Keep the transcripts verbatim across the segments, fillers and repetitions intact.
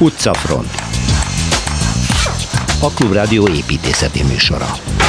Utcafront, a Klubrádió építészeti műsora.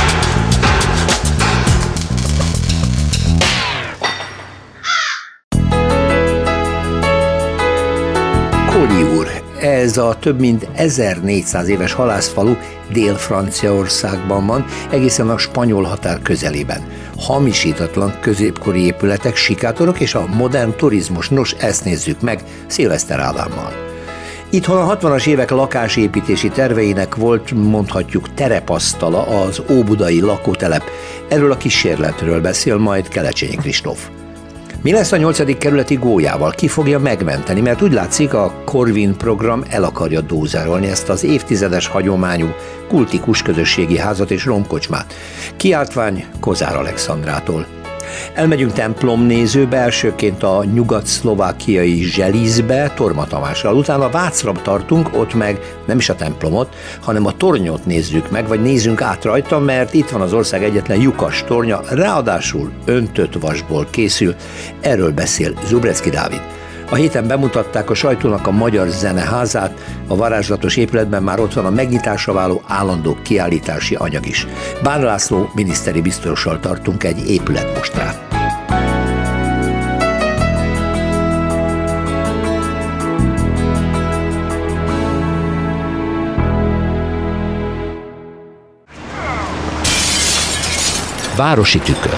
Collioure, ez a több mint ezernégyszáz éves halászfalu Dél-Franciaországban van, egészen a spanyol határ közelében. Hamisítatlan középkori épületek, sikátorok és a modern turizmus. Nos, ezt nézzük meg Szilveszter Ádámmal. Itthon a hatvanas évek lakásépítési terveinek volt, mondhatjuk, terepasztala az óbudai lakótelep. Erről a kísérletről beszél majd Kelecsényi Kristóf. Mi lesz a nyolcadik kerületi gólyával? Ki fogja megmenteni? Mert úgy látszik, a Corvin program el akarja dózerolni ezt az évtizedes hagyományú kultikus közösségi házat és romkocsmát. Kiáltvány Kozár Alexandrától. Elmegyünk templomnézőbe, elsőként a nyugat-szlovákiai Zselizbe, Torma Tamással. Utána Vácra tartunk, ott meg nem is a templomot, hanem a tornyot nézzük meg, vagy nézzünk át rajta, mert itt van az ország egyetlen lyukas tornya, ráadásul öntött vasból készül. Erről beszél Zubrecki Dávid. A héten bemutatták a sajtónak a Magyar Zeneházát, a varázslatos épületben már ott van a megnyitásra váló állandó kiállítási anyag is. Bán László miniszteri biztossal tartunk egy épületmostrát. Városi tükör.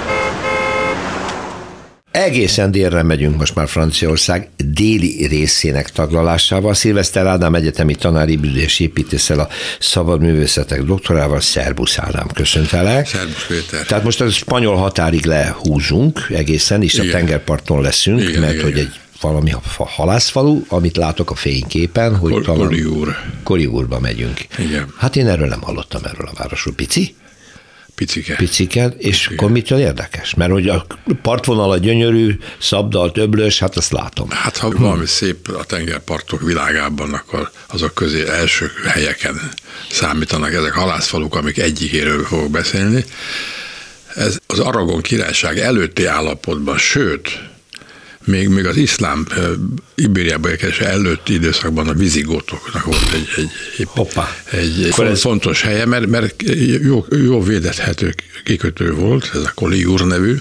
Egészen délre megyünk most már Franciaország déli részének taglalásával. Szilveszter Ádám egyetemi tanár, hibrid építésszel, a szabadművészetek doktorával. Szerbusz Ádám, köszöntelek. Szerbusz Péter. Tehát most a spanyol határig lehúzunk egészen, és igen, a tengerparton leszünk, igen, mert igen, hogy egy valami halászfalu, amit látok a fényképen, hogy Kol- Collioure. Collioure-ba megyünk. Igen. Hát én erről nem hallottam, erről a városról. Pici? Picike. Picike, és Picike. Akkor mitől érdekes? Mert hogy a partvonal a gyönyörű, szabdalt, öblös, hát azt látom. Hát ha valami szép a tengerpartok világában, akkor azok közé első helyeken számítanak ezek halászfaluk, amik egyikéről fogok beszélni. Ez az Aragon királyság előtti állapotban, sőt, még, még az iszlám Ibériába érkezése előtti időszakban a vizigótoknak volt egy, egy, egy, egy font, fontos helye, mert, mert jó, jó védethető kikötő volt, ez a Collioure nevű,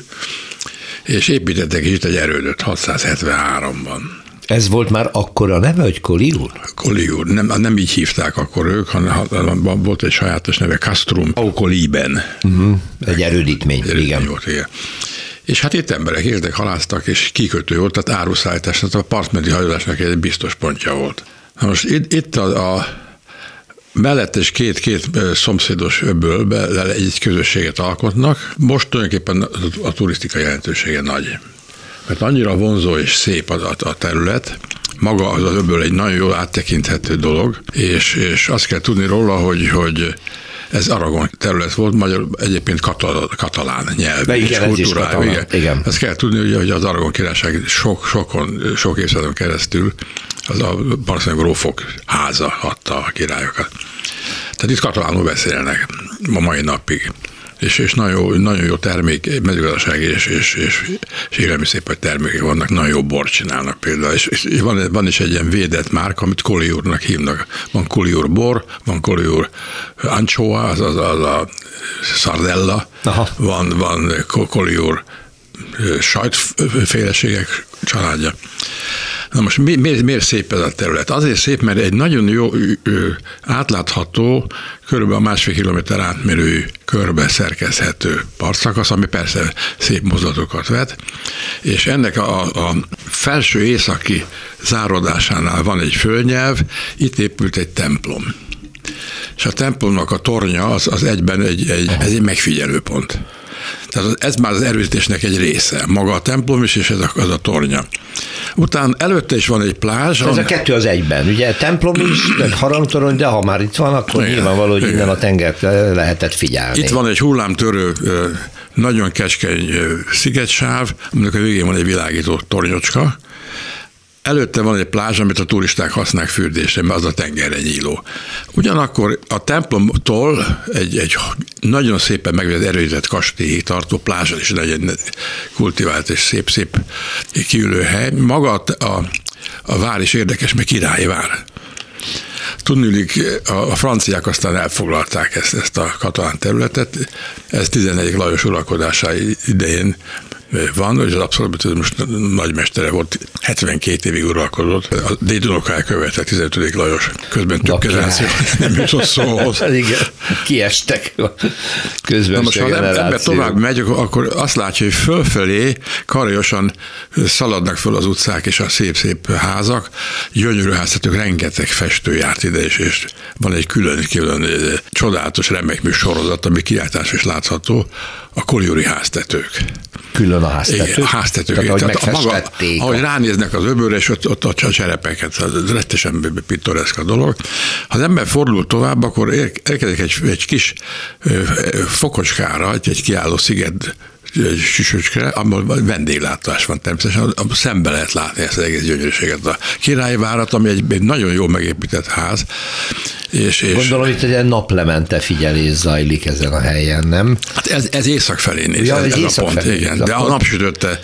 és építettek is itt egy erődöt hatszázhetvenháromban. Ez volt már akkor a neve, hogy Collioure? Collioure. Nem, nem így hívták akkor ők, hanem volt egy sajátos neve, Castrum Aucoliben. Uh-huh. Egy erődítmény, erődítmény igen. Volt, igen. És hát itt emberek éltek, haláztak, és kikötő volt, tehát áruszállítás, tehát a partmenti hajózásnak egy biztos pontja volt. Na most itt, itt a, a mellettes két-két szomszédos öbölbe egy közösséget alkotnak. Most tulajdonképpen a, a turisztika jelentősége nagy. Mert annyira vonzó és szép a, a terület, maga az az öböl egy nagyon jól áttekinthető dolog, és, és azt kell tudni róla, hogy, hogy ez Aragon terület volt, magyar egyébként katal, katalán nyelv de és igen, kultúrája. Igen. igen. Ezt kell tudni, hogy az Aragon királyság sok, sokon, sok évszázadon keresztül az a Barcelona grófok háza adta a királyokat. Tehát itt katalánul beszélnek a mai napig. És, és nagyon, jó, nagyon jó termék, mezőgazdasági és, és, és, és élelmiszeripari termékek vannak, nagyon jó bort csinálnak például. És, és van, van is egy ilyen védett márka, amit Collioure-nak hívnak. Van Collioure bor, van Collioure anchoa, az, az, az a sardella, aha, van, van Collioure sajtféleségek családja. Na most mi, miért, miért szép ez a terület? Azért szép, mert egy nagyon jó átlátható, körülbelül másfél kilométer átmérőjű körbe szerkezhető partszakasz, ami persze szép mozdulatokat vet, és ennek a, a felső északi zárodásánál van egy földnyelv, itt épült egy templom. És a templomnak a tornya az, az egyben egy, egy, ez egy megfigyelőpont. Tehát ez már az erőzítésnek egy része. Maga a templom is, és ez a, az a tornya. Utána előtte is van egy plázs. Ez a kettő az egyben. Ugye templom is, meg harangtorony, de ha már itt van, akkor igen, nyilvánvaló, hogy innen a tengert lehetett figyelni. Itt van egy hullámtörő, nagyon keskeny szigetsáv, aminek a végén van egy világító tornyocska. Előtte van egy plázs, amit a turisták használnak fürdésre, mert az a tengerre nyíló. Ugyanakkor a templomtól egy, egy nagyon szépen megvédett erődített kastélyig tartó plázsal is egy kultivált és szép-szép kiülő hely. Maga a, a vár is érdekes, mert királyi vár. tudniillik, a, a franciák aztán elfoglalták ezt, ezt a katalán területet, ez tizennegyedik Lajos uralkodása idején van, hogy az abszolutizmus nagymestere volt, hetvenkét évig uralkodott. A dédunokája követte tizenötödik Lajos, közben több generáció nem jutott szóhoz. Igen, kiestek közben. Na most, ha ebben tovább megy, akkor azt látja, hogy fölfelé karajosan szaladnak föl az utcák és a szép-szép házak, gyönyörű háztetők, rengeteg festő járt ide, és, és van egy külön, külön csodálatos remekmű sorozat, ami kiáltás is látható, a Collioure háztetők. Külön a háztetők? Igen, a háztetők. Tehát, ahogy Tehát maga, ahogy ránéznek az öbölre, és ott, ott a cserepeket, az rettesen pittoreszk a dolog. Ha az ember fordul tovább, akkor érkezik egy, egy kis fokocskára, egy, egy kiálló sziget, egy süsöcskre, ahol vendéglátás van természetesen, szembe lehet látni ezt az egész gyönyörűséget. A Királyi Várat, ami egy, egy nagyon jól megépített ház. És, és Gondolom, itt egy naplemente figyelés zajlik ezen a helyen, nem? Hát ez, ez észak felé néz, ja, ez, ez észak a pont, felé, igen. De a, a napsütötte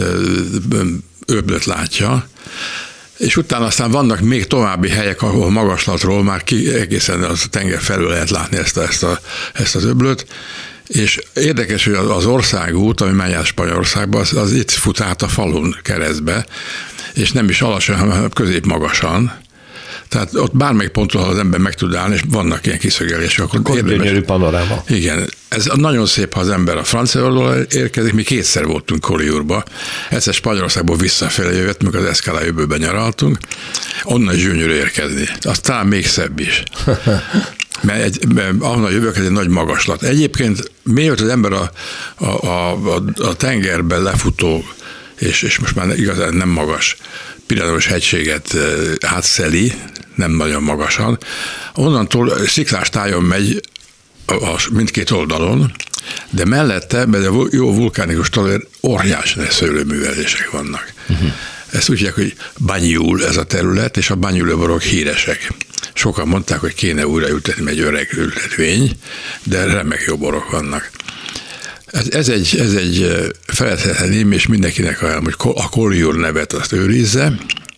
öblöt látja, és utána aztán vannak még további helyek, ahol magaslatról már ki, egészen a tenger felül lehet látni ezt, a, ezt, a, ezt az öblöt, és érdekes, hogy az országút, ami megy át Spanyolországba, az, az itt fut át a falun keresztbe, és nem is alacsony, hanem középmagasan. Tehát ott bármelyik ponton, ha az ember meg tud állni, és vannak ilyen kiszögelések, akkor, akkor érdemes. Gyönyörű panoráma. Igen. Ez nagyon szép, ha az ember a francia oldalon érkezik. Mi kétszer voltunk Collioure-ba. Egyszer Spanyolországból visszafelé jövett, mikor az Escala-öbölben nyaraltunk. Onnan is gyönyörű érkezni. Aztán még szebb is. Mert, egy, mert ahonnan jövök, ez egy nagy magaslat. Egyébként mielőtt az ember a, a, a, a, a tengerben lefutó, és, és most már igazán nem magas, Piraeus hegységet átszeli, nem nagyon magasan, onnantól sziklás tájon megy a, a, mindkét oldalon, de mellette, mert a jó vulkánikus talaj, óriási szőlőművelések vannak. Uh-huh. Ezt úgy hívják, hogy Banyul ez a terület, és a banyulőborok híresek. Sokan mondták, hogy kéne újra ültetni egy öreg ültetvény, de remek jó borok vannak. Ez, ez egy, ez egy feledhetetlen ím, és mindenkinek ajánlom, hogy a Collioure nevet azt őrizze.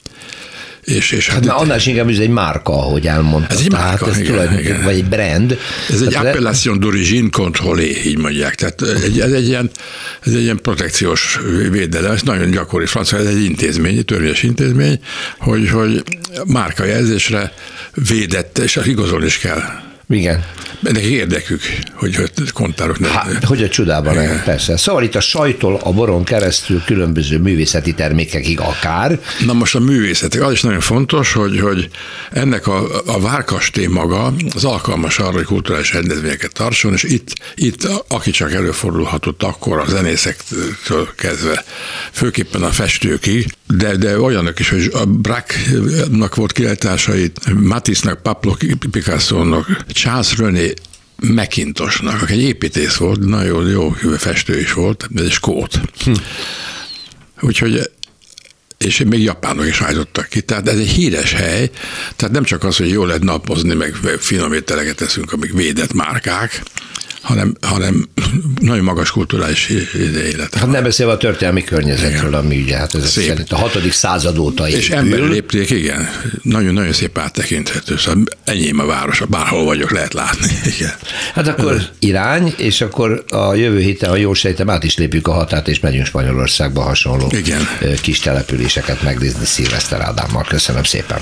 És, és hát, hát annál is inkább ez egy márka, ahogy elmondtad. Ez egy márka, ez igen, igen. Vagy egy brand. Ez egy appellation d'origine contrôlée, így mondják. Tehát egy, ez, egy ilyen, ez egy ilyen protekciós védelem, ez nagyon gyakori francia, ez egy intézmény, egy törvényes intézmény, hogy, hogy márkajelzésre védett, és igazolni is kell. Igen. Ennek érdekük, hogy, hogy kontárok nem... Hát, hogy a csodában nem, persze. Szóval itt a sajtól a boron keresztül különböző művészeti termékekig akár. Na most a művészeti, az is nagyon fontos, hogy, hogy ennek a, a várkastély maga az alkalmas arra, hogy kulturális rendezvényeket tartson, és itt, itt aki csak előfordulhatott akkor a zenészektől kezdve, főképpen a festőkig, de, de olyanok is, hogy a Braque-nak volt kiállításai, Matisse-nak, Pablo Picasso-nak, Charles René McIntosnak, aki egy építész volt, nagyon jó festő is volt, ez egy skót. Hm. Úgyhogy, és még japánok is állítottak ki, tehát ez egy híres hely, tehát nem csak az, hogy jól lehet napozni, meg finom ételeket teszünk, amik védett márkák, hanem, hanem nagyon magas kulturális élet. Hát nem beszélve a történelmi környezetről, ami ugye hát ez szerint a hatodik század óta épül. És emberi lépték, igen, nagyon-nagyon szép áttekinthető, szóval enyém a város, bárhol vagyok, lehet látni. Igen. Hát akkor ez irány, és akkor a jövő héten, ha jól sejtem, át is lépjük a határt, és megyünk Spanyolországba hasonló igen. kis településeket megnézni Szilveszter Ádámmal. Köszönöm szépen.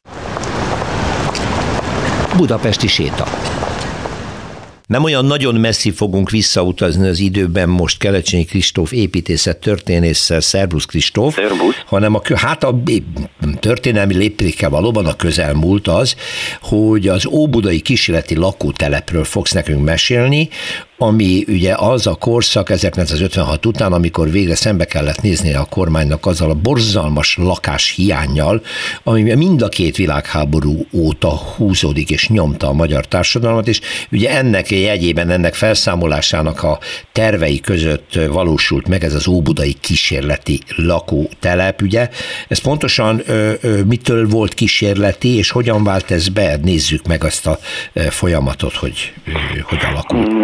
Budapesti séta. Nem olyan nagyon messzi fogunk visszautazni az időben most Kelecsényi Kristóf építészet történésszel, szervusz Kristóf, Szervusz. hanem a, hát a történelmi léptékkel valóban a közelmúlt az, hogy az óbudai kísérleti lakótelepről fogsz nekünk mesélni, ami ugye az a korszak ezerkilencszázötvenhat után, amikor végre szembe kellett nézni a kormánynak azzal a borzalmas lakáshiánnyal, ami mind a két világháború óta húzódik és nyomta a magyar társadalmat, és ugye ennek jegyében, ennek felszámolásának a tervei között valósult meg ez az óbudai kísérleti lakótelep, ugye? Ez pontosan ö, ö, mitől volt kísérleti, és hogyan vált ez be? Nézzük meg azt a folyamatot, hogy ö, hogy alakult. Na,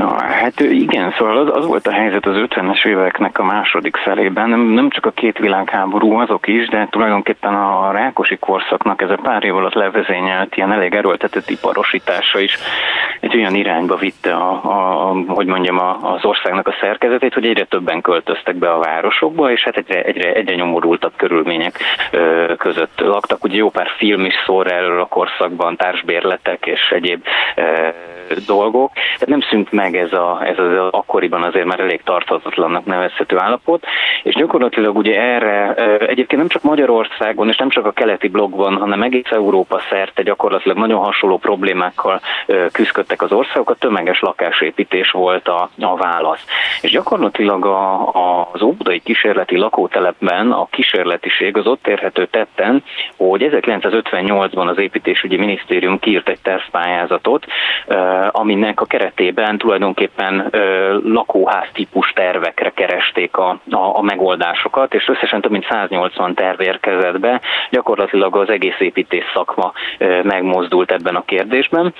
Hát igen, szóval az, az volt a helyzet az ötvenes éveknek a második felében, nem, nem csak a két világháború, azok is, de tulajdonképpen a rákosi korszaknak ez a pár év alatt levezényelt ilyen elég erőltetett iparosítása is egy olyan irányba vitte a, a, a, hogy mondjam, a, az országnak a szerkezetét, hogy egyre többen költöztek be a városokba, és hát egyre, egyre, egyre nyomorultabb körülmények ö, között laktak. Ugye jó pár film is szól erről a korszakban, társbérletek és egyéb ö, dolgok. Tehát nem szűnt meg ez, a, ez az akkoriban azért már elég tarthatatlannak nevezhető állapot, és gyakorlatilag ugye erre egyébként nem csak Magyarországon és nem csak a keleti blokkban, hanem egész Európa szerte gyakorlatilag nagyon hasonló problémákkal küzdöttek az országok, a tömeges lakásépítés volt a, a válasz. És gyakorlatilag a, a, az óbudai kísérleti lakótelepben a kísérletiség az ott érhető tetten, hogy ezerkilencszázötvennyolcban az építésügyi minisztérium kiírt egy tervpályázatot, aminek a keretében tulajdonképpen lakóház típus tervekre keresték a, a, a megoldásokat, és összesen több mint száznyolcvan terv érkezett be, gyakorlatilag az egész építész szakma megmozdult ebben a kérdésben.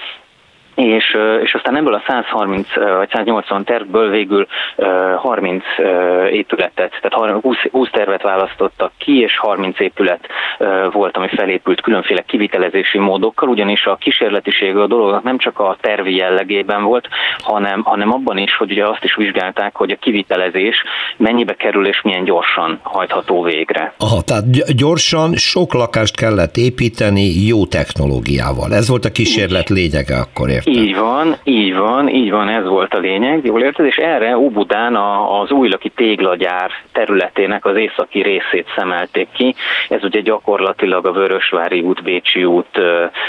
És, és aztán ebből a százharminc vagy száznyolcvan tervből végül harminc épületet, tehát húsz, húsz tervet választottak ki, és harminc épület volt, ami felépült különféle kivitelezési módokkal, ugyanis a kísérletisége a dolognak nem csak a tervi jellegében volt, hanem, hanem abban is, hogy ugye azt is vizsgálták, hogy a kivitelezés mennyibe kerül és milyen gyorsan hajtható végre. Aha, tehát gyorsan sok lakást kellett építeni jó technológiával. Ez volt a kísérlet lényege akkor, értem? Így van, így van, így van, ez volt a lényeg, jól érted, és erre Óbudán az újlaki téglagyár területének az északi részét szemelték ki. Ez ugye gyakorlatilag a Vörösvári út, Bécsi út,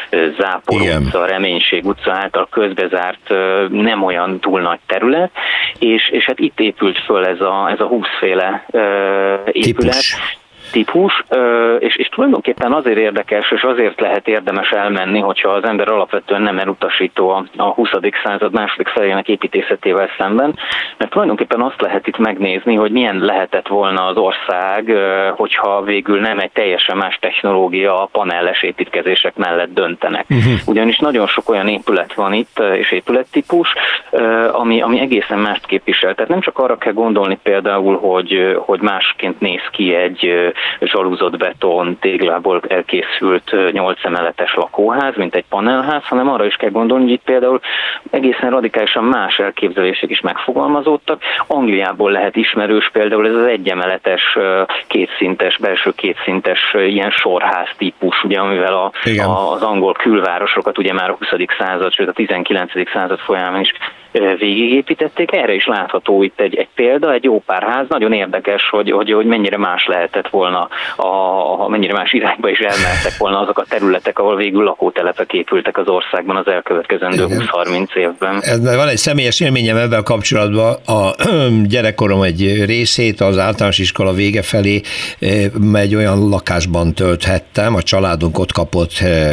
Zápor utca, Reménység utca által közbezárt nem olyan túl nagy terület, és, és hát itt épült föl ez a, ez a húszféle épület. Típus. típus, és, és tulajdonképpen azért érdekes, és azért lehet érdemes elmenni, hogyha az ember alapvetően nem elutasító a, a huszadik század második felének építészetével szemben, mert tulajdonképpen azt lehet itt megnézni, hogy milyen lehetett volna az ország, hogyha végül nem egy teljesen más technológia a panelles építkezések mellett döntenek. Uh-huh. Ugyanis nagyon sok olyan épület van itt, és épülettípus, ami, ami egészen mást képvisel. Tehát nem csak arra kell gondolni például, hogy, hogy másként néz ki egy zsalúzott beton, téglából elkészült nyolc emeletes lakóház, mint egy panelház, hanem arra is kell gondolni, hogy itt például egészen radikálisan más elképzelések is megfogalmazódtak. Angliából lehet ismerős például ez az egyemeletes, kétszintes, belső kétszintes ilyen sorház típus, ugye, amivel a, a, az angol külvárosokat ugye már a huszadik század, sőt a tizenkilencedik század folyamán is végigépítették. Erre is látható itt egy, egy példa, egy jó pár ház. Nagyon érdekes, hogy, hogy, hogy mennyire más lehetett volna, a, a, mennyire más irányba is elmehettek volna azok a területek, ahol végül lakótelepek épültek az országban az elkövetkezendő húsz-harminc évben. Ez, van egy személyes élményem ebben kapcsolatban. A gyerekkorom egy részét az általános iskola vége felé egy olyan lakásban tölthettem, a családunk ott kapott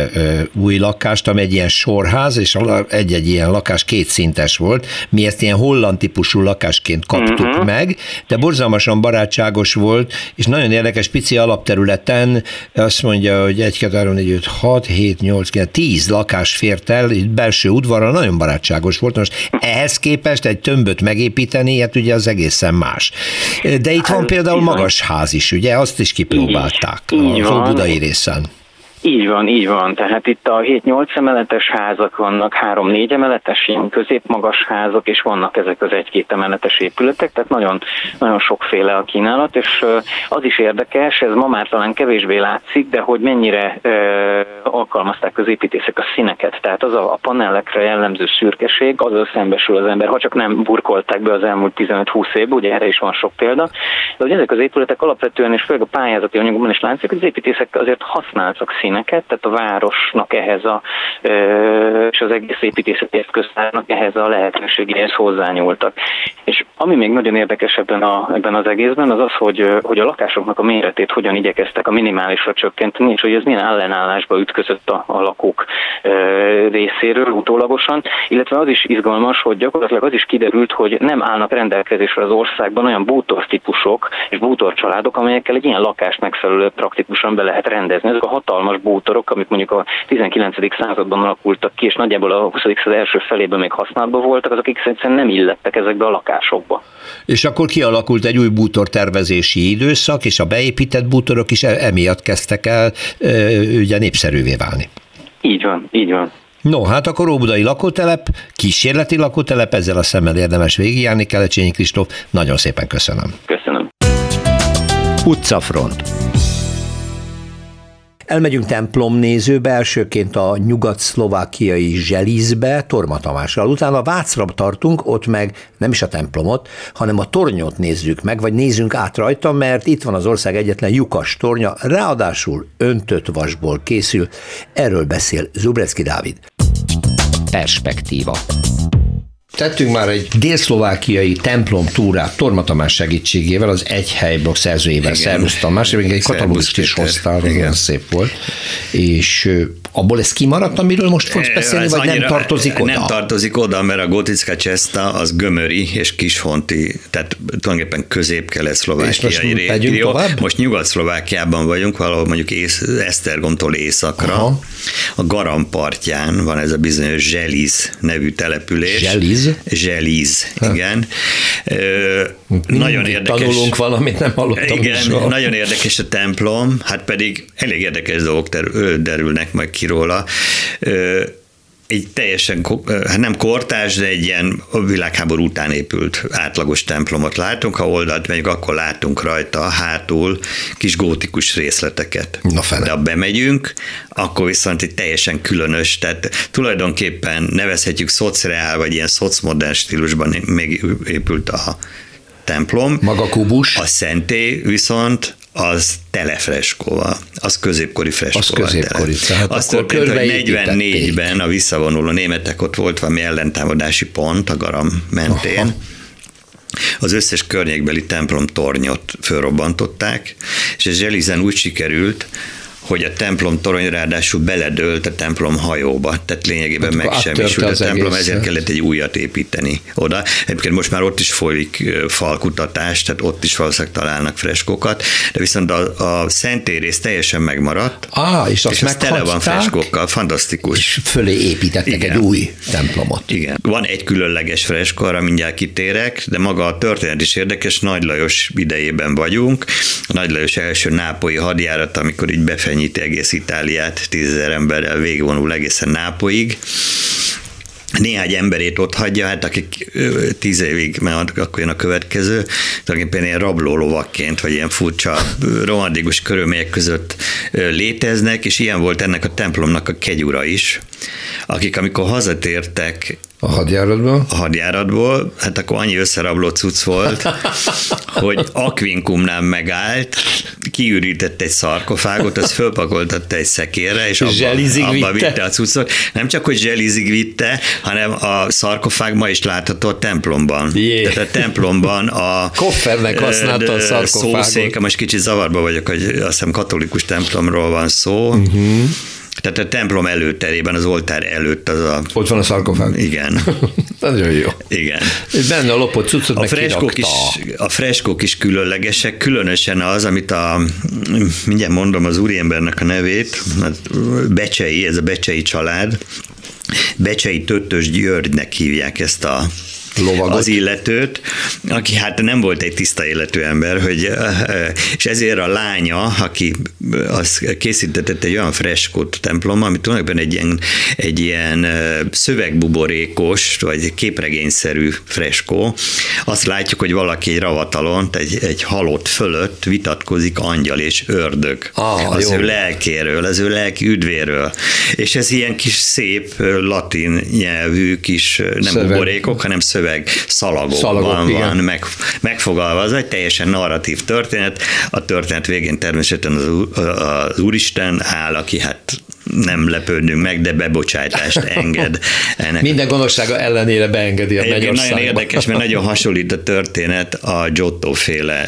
új lakást, ami egy ilyen sorház, és egy-egy ilyen lakás kétszintes volt. Mi ezt ilyen holland típusú lakásként kaptuk uh-huh. meg, de borzalmasan barátságos volt, és nagyon érdekes, pici alapterületen azt mondja, hogy egy, kettő, három, négy, öt, hat, hét, nyolc, kilenc, tíz lakás fért el, belső udvarra, nagyon barátságos volt. Most ehhez képest egy tömböt megépíteni, hát ugye az egészen más. De itt van például magas ház is, ugye? Azt is kipróbálták a óbudai részen. Így van, így van. Tehát itt a hét-nyolc emeletes házak vannak, három-négy emeletes, ilyen középmagas házak, és vannak ezek az egy-két emeletes épületek, tehát nagyon, nagyon sokféle a kínálat, és az is érdekes, ez ma már talán kevésbé látszik, de hogy mennyire ö, alkalmazták az építészek a színeket. Tehát az a, a panellekre jellemző szürkeség, azzal szembesül az ember, ha csak nem burkolták be az elmúlt tizenöt-húsz évben, ugye erre is van sok példa, de hogy ezek az épületek alapvetően, és főleg a pályázati anyagokban is látszik, hogy az építészek azért használtak színeket, tehát a városnak ehhez a, és az egész építészeti eszköztárnak ehhez a lehetőségéhez hozzányúltak. És ami még nagyon érdekes ebben, a, ebben az egészben, az az, hogy, hogy a lakásoknak a méretét hogyan igyekeztek a minimálisra csökkenteni, és hogy ez milyen ellenállásba ütközött költözött a, a lakók e, részéről utólagosan, illetve az is izgalmas, hogy gyakorlatilag az is kiderült, hogy nem állnak rendelkezésre az országban olyan bútortípusok és bútorcsaládok, amelyekkel egy ilyen lakást megfelelő praktikusan be lehet rendezni. Ezek a hatalmas bútorok, amik mondjuk a tizenkilencedik században alakultak ki, és nagyjából a huszadik század első felében még használatban voltak, azok egyszerűen nem illettek ezekbe a lakásokba. És akkor kialakult egy új bútortervezési időszak, és a beépített bútorok is emiatt kezdtek el ugye népszerűvé válni. Így van, így van. No, hát akkor óbudai lakótelep, kísérleti lakótelep, ezzel a szemmel érdemes végigjárni, Kelecsényi Kristóf, nagyon szépen köszönöm. Köszönöm. Utcafront. Elmegyünk templomnézőbe, elsőként a nyugat-szlovákiai Zselizbe, Torma Tamással. Utána Vácra tartunk, ott meg nem is a templomot, hanem a tornyot nézzük meg, vagy nézzünk át rajta, mert itt van az ország egyetlen lyukas tornya, ráadásul öntött vasból készül. Erről beszél Zubrecki Dávid. Perspektíva. Tettünk már egy délszlovákiai templom túrát Torma Tamás segítségével, az Egy helyblokk szerzőjével. Szervusz Tamás, egy katalógust is hoztál, nagyon szép volt. És abból ez kimaradt, amiről most fogsz beszélni, ez vagy nem tartozik oda? Nem tartozik oda, mert a Gotická Cseszta az gömöri és kisfonti, tehát tulajdonképpen közép-kelet-szlovákiai régió. Most Nyugat-Szlovákiában vagyunk, valahol mondjuk ész, Esztergomtól északra. Aha. A Garam partján van ez a bizonyos Zseliz nevű település. Zseliz? Zseliz, igen. Ö, nagyon érdekes. Tanulunk valamit, nem hallottam. Igen, soha. Nagyon érdekes a templom, hát pedig elég érdekes dolgok derülnek majd ki róla. Ö, egy teljesen, hát nem kortárs, de egy ilyen világháború után épült átlagos templomot látunk. Ha oldalt megyünk, akkor látunk rajta hátul kis gótikus részleteket. De ha bemegyünk, akkor viszont egy teljesen különös, tehát tulajdonképpen nevezhetjük szocreál, vagy ilyen szocmodern stílusban még épült a templom. Maga kubus. A szentély viszont az tele freskóval, az középkori freskóval. Az középkori. Tehát azt történt, hogy negyvennégyben a visszavonuló németek, ott volt valami ellentámadási pont a Garam mentén. Aha. Az összes környékbeli templom tornyot fölrobbantották, és ez Zselizen úgy sikerült, hogy a templom torony ráadásul beledőlt a templom hajóba, tehát lényegében megsemmisült a templom, ezért kellett egy újat építeni oda. Egyébként most már ott is folyik falkutatás, tehát ott is valószínűleg találnak freskókat, de viszont a, a szentélyrész teljesen megmaradt, ah, és, és az tele van freskókkal, fantasztikus. És fölé építettek igen. egy új templomot. Igen. Van egy különleges freskó, arra mindjárt kitérek, de maga a történet is érdekes, Nagy Lajos idejében vagyunk. A Nagy Lajos első nápolyi hadjárat, amikor így befejezetten nyit egész Itáliát, tízezer emberrel végigvonul egészen Nápolyig. Néhány emberét ott hagyja, hát akik tíz évig, mert akkor jön a következő, tulajdonképpen ilyen rablólovakként, vagy ilyen furcsa, romantikus körülmények között léteznek, és ilyen volt ennek a templomnak a kegyura is, akik amikor hazatértek a hadjáratból? A hadjáratból, hát akkor annyi összerabló cucc volt, hogy Aquincumnál megállt, kiürített egy szarkofágot, azt fölpakoltatta egy szekérre, és abba, abba vitte a cuccot. Nem csak, hogy zselizig vitte, hanem a szarkofág ma is látható a templomban. Jé. Tehát a templomban a koffernek használta a szarkofágot. Szószék, most kicsit zavarba vagyok, hogy azt hiszem katolikus templomról van szó, uh-huh. Tehát a templom előterében, az oltár előtt az a... Ott van a szarkofág. Igen. Nagyon jó. Igen. És benne a lopott cuccot a meg freskók is, A freskók is különlegesek, különösen az, amit a, mindjárt mondom az úriembernek a nevét, Becsei, ez a Becsei család, Becsei Töttös Györgynek hívják ezt a lovagot. Az illetőt, aki hát nem volt egy tiszta életű ember, hogy, és ezért a lánya, aki az készítetett egy olyan freskót a templomban, ami tulajdonképpen egy ilyen, egy ilyen szövegbuborékos, vagy képregényszerű freskó. Azt látjuk, hogy valaki egy ravatalon, egy, egy halott fölött vitatkozik angyal és ördög. Ah, az jó. Ő lelkéről, az ő lelki üdvéről. És ez ilyen kis szép latin nyelvű kis, nem Szöveg. buborékok, hanem szöveg szalagokban Szalagok, van meg, megfogalva. Az egy teljesen narratív történet. A történet végén természetesen az, az Úristen áll, aki hát nem lepődünk meg, de bebocsátást enged. Ennek. Minden gonoszsága ellenére beengedi a Mennyországba. Nagyon érdekes, mert nagyon hasonlít a történet a Giotto-féle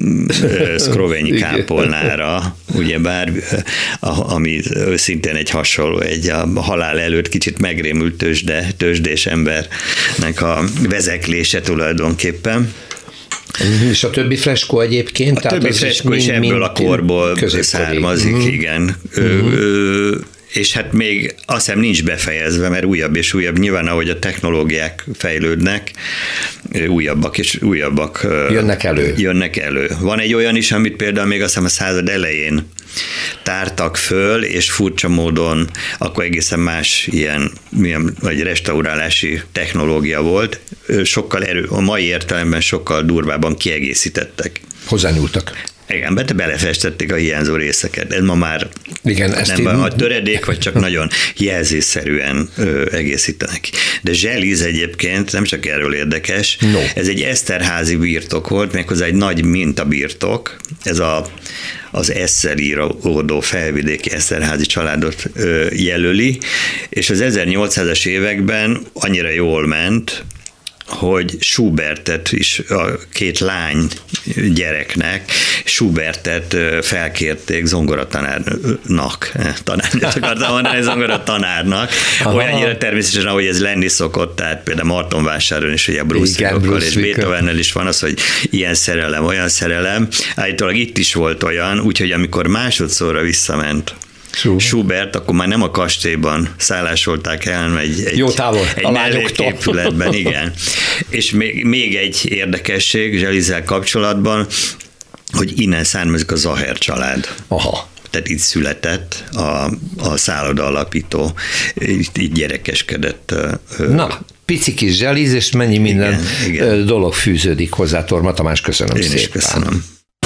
szkrovényi kápolnára, ugyebár, ami szintén egy hasonló, egy a halál előtt kicsit megrémült tőzsde, tőzsdés embernek a vezeklése tulajdonképpen. És a többi freskó egyébként? A többi freskó is, is ebből a korból származik, mm-hmm. igen. Mm-hmm. Ö, és hát még azt hiszem nincs befejezve, mert újabb és újabb, nyilván ahogy a technológiák fejlődnek, újabbak és újabbak jönnek elő. jönnek elő. Van egy olyan is, amit például még azt hiszem a század elején tártak föl, és furcsa módon akkor egészen más ilyen, milyen, vagy restaurálási technológia volt, sokkal erő, a mai értelemben sokkal durvábban kiegészítettek. Hozzányúltak. Igen, de belefestették a hiányzó részeket. Ez ma már igen, nem én... a töredék, vagy csak nagyon jelzésszerűen ö, egészítenek. De Zseliz egyébként nem csak erről érdekes, no. Ez egy eszterházi birtok volt, méghozzá egy nagy mintabirtok. Ez a, az Esszel íródó felvidéki eszterházi családot ö, jelöli, és az ezernyolcszázas években annyira jól ment, hogy Schubertet is, a két lány gyereknek, Schubertet felkérték zongoratanárnak, tanárnak akartam mondani, zongoratanárnak, olyannyira természetesen, ahogy ez lenni szokott, tehát például Martonvásáron is, ugye Bruce és Beethovennel is van az, hogy ilyen szerelem, olyan szerelem, állítólag itt is volt olyan, úgyhogy amikor másodszorra visszament Schubert, akkor már nem a kastélyban szállásolták el, hanem egy, egy, jó távol, egy melléképületben, igen. És még, még egy érdekesség Zselizzel kapcsolatban, hogy innen származik a Zaher család. Aha. Tehát itt született a, a szálloda alapító, itt, itt gyerekeskedett. Na, pici kis Zseliz, és mennyi minden igen, igen. dolog fűződik hozzá. Torma Tamás, köszönöm Én szépen. Én is köszönöm.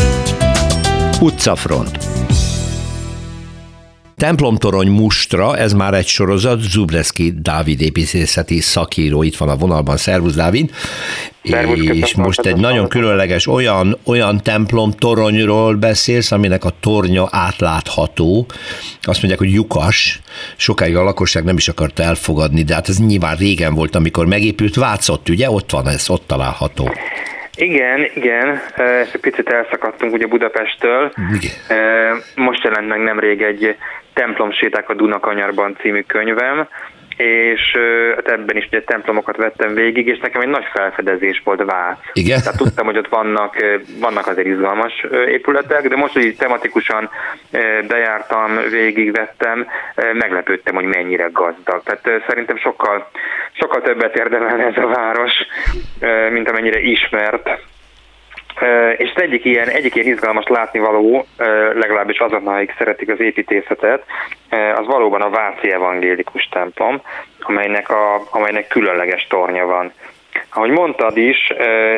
Utcafront. Templomtorony mustra, ez már egy sorozat, Zubreszki Dávid építészeti szakíró itt van a vonalban. Szervusz, Dávid! Szervusz, és köszönöm, most köszönöm, egy nagyon köszönöm. különleges olyan, olyan templomtoronyról beszélsz, aminek a tornya átlátható. Azt mondják, hogy lyukas. Sokáig a lakosság nem is akarta elfogadni, de hát ez nyilván régen volt, amikor megépült. Vácott, ugye? Ott van ez, ott található. Igen, igen, ezt egy picit elszakadtunk ugye Budapesttől. Igen. Most jelent meg nemrég egy Templomséták a Dunakanyarban című könyvem, és hát ebben is ugye templomokat vettem végig, és nekem egy nagy felfedezés volt Vác. Igen? Tehát tudtam, hogy ott vannak, vannak azért izgalmas épületek, de most, hogy így tematikusan bejártam, végigvettem, meglepődtem, hogy mennyire gazdag. Tehát szerintem sokkal, sokkal többet érdemelne ez a város, mint amennyire ismert. És az egyik ilyen, egyik ilyen izgalmas látnivaló, legalábbis azoknál, akik szeretik az építészetet, az valóban a váci evangélikus templom, amelynek, a, amelynek különleges tornya van. Ahogy mondtad is,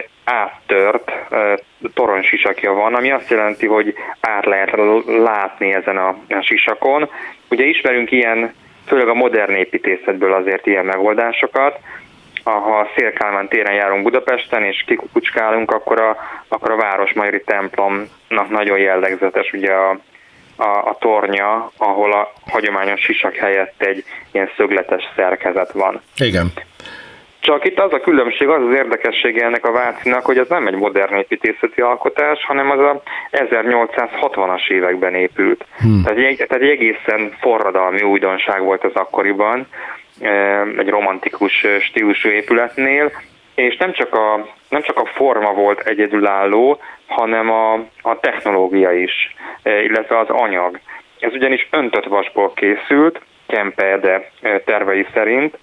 áttört toronysisakja van, ami azt jelenti, hogy át lehet látni ezen a, a sisakon. Ugye ismerünk ilyen, főleg a modern építészetből azért ilyen megoldásokat. Ha a Széll-Kálmán téren járunk Budapesten, és kikukucskálunk, akkor a, akkor a Városmajori templomnak nagyon jellegzetes ugye a, a, a tornya, ahol a hagyományos sisak helyett egy ilyen szögletes szerkezet van. Igen. Csak itt az a különbség, az az érdekessége ennek a Vácinak, hogy ez nem egy modern építészeti alkotás, hanem az a ezernyolcszázhatvanas években épült. Hmm. Tehát, egy, tehát egy egészen forradalmi újdonság volt az akkoriban, egy romantikus stílusú épületnél, és nem csak a, nem csak a forma volt egyedülálló, hanem a, a technológia is, illetve az anyag. Ez ugyanis öntött vasból készült, Kempe Ede tervei szerint,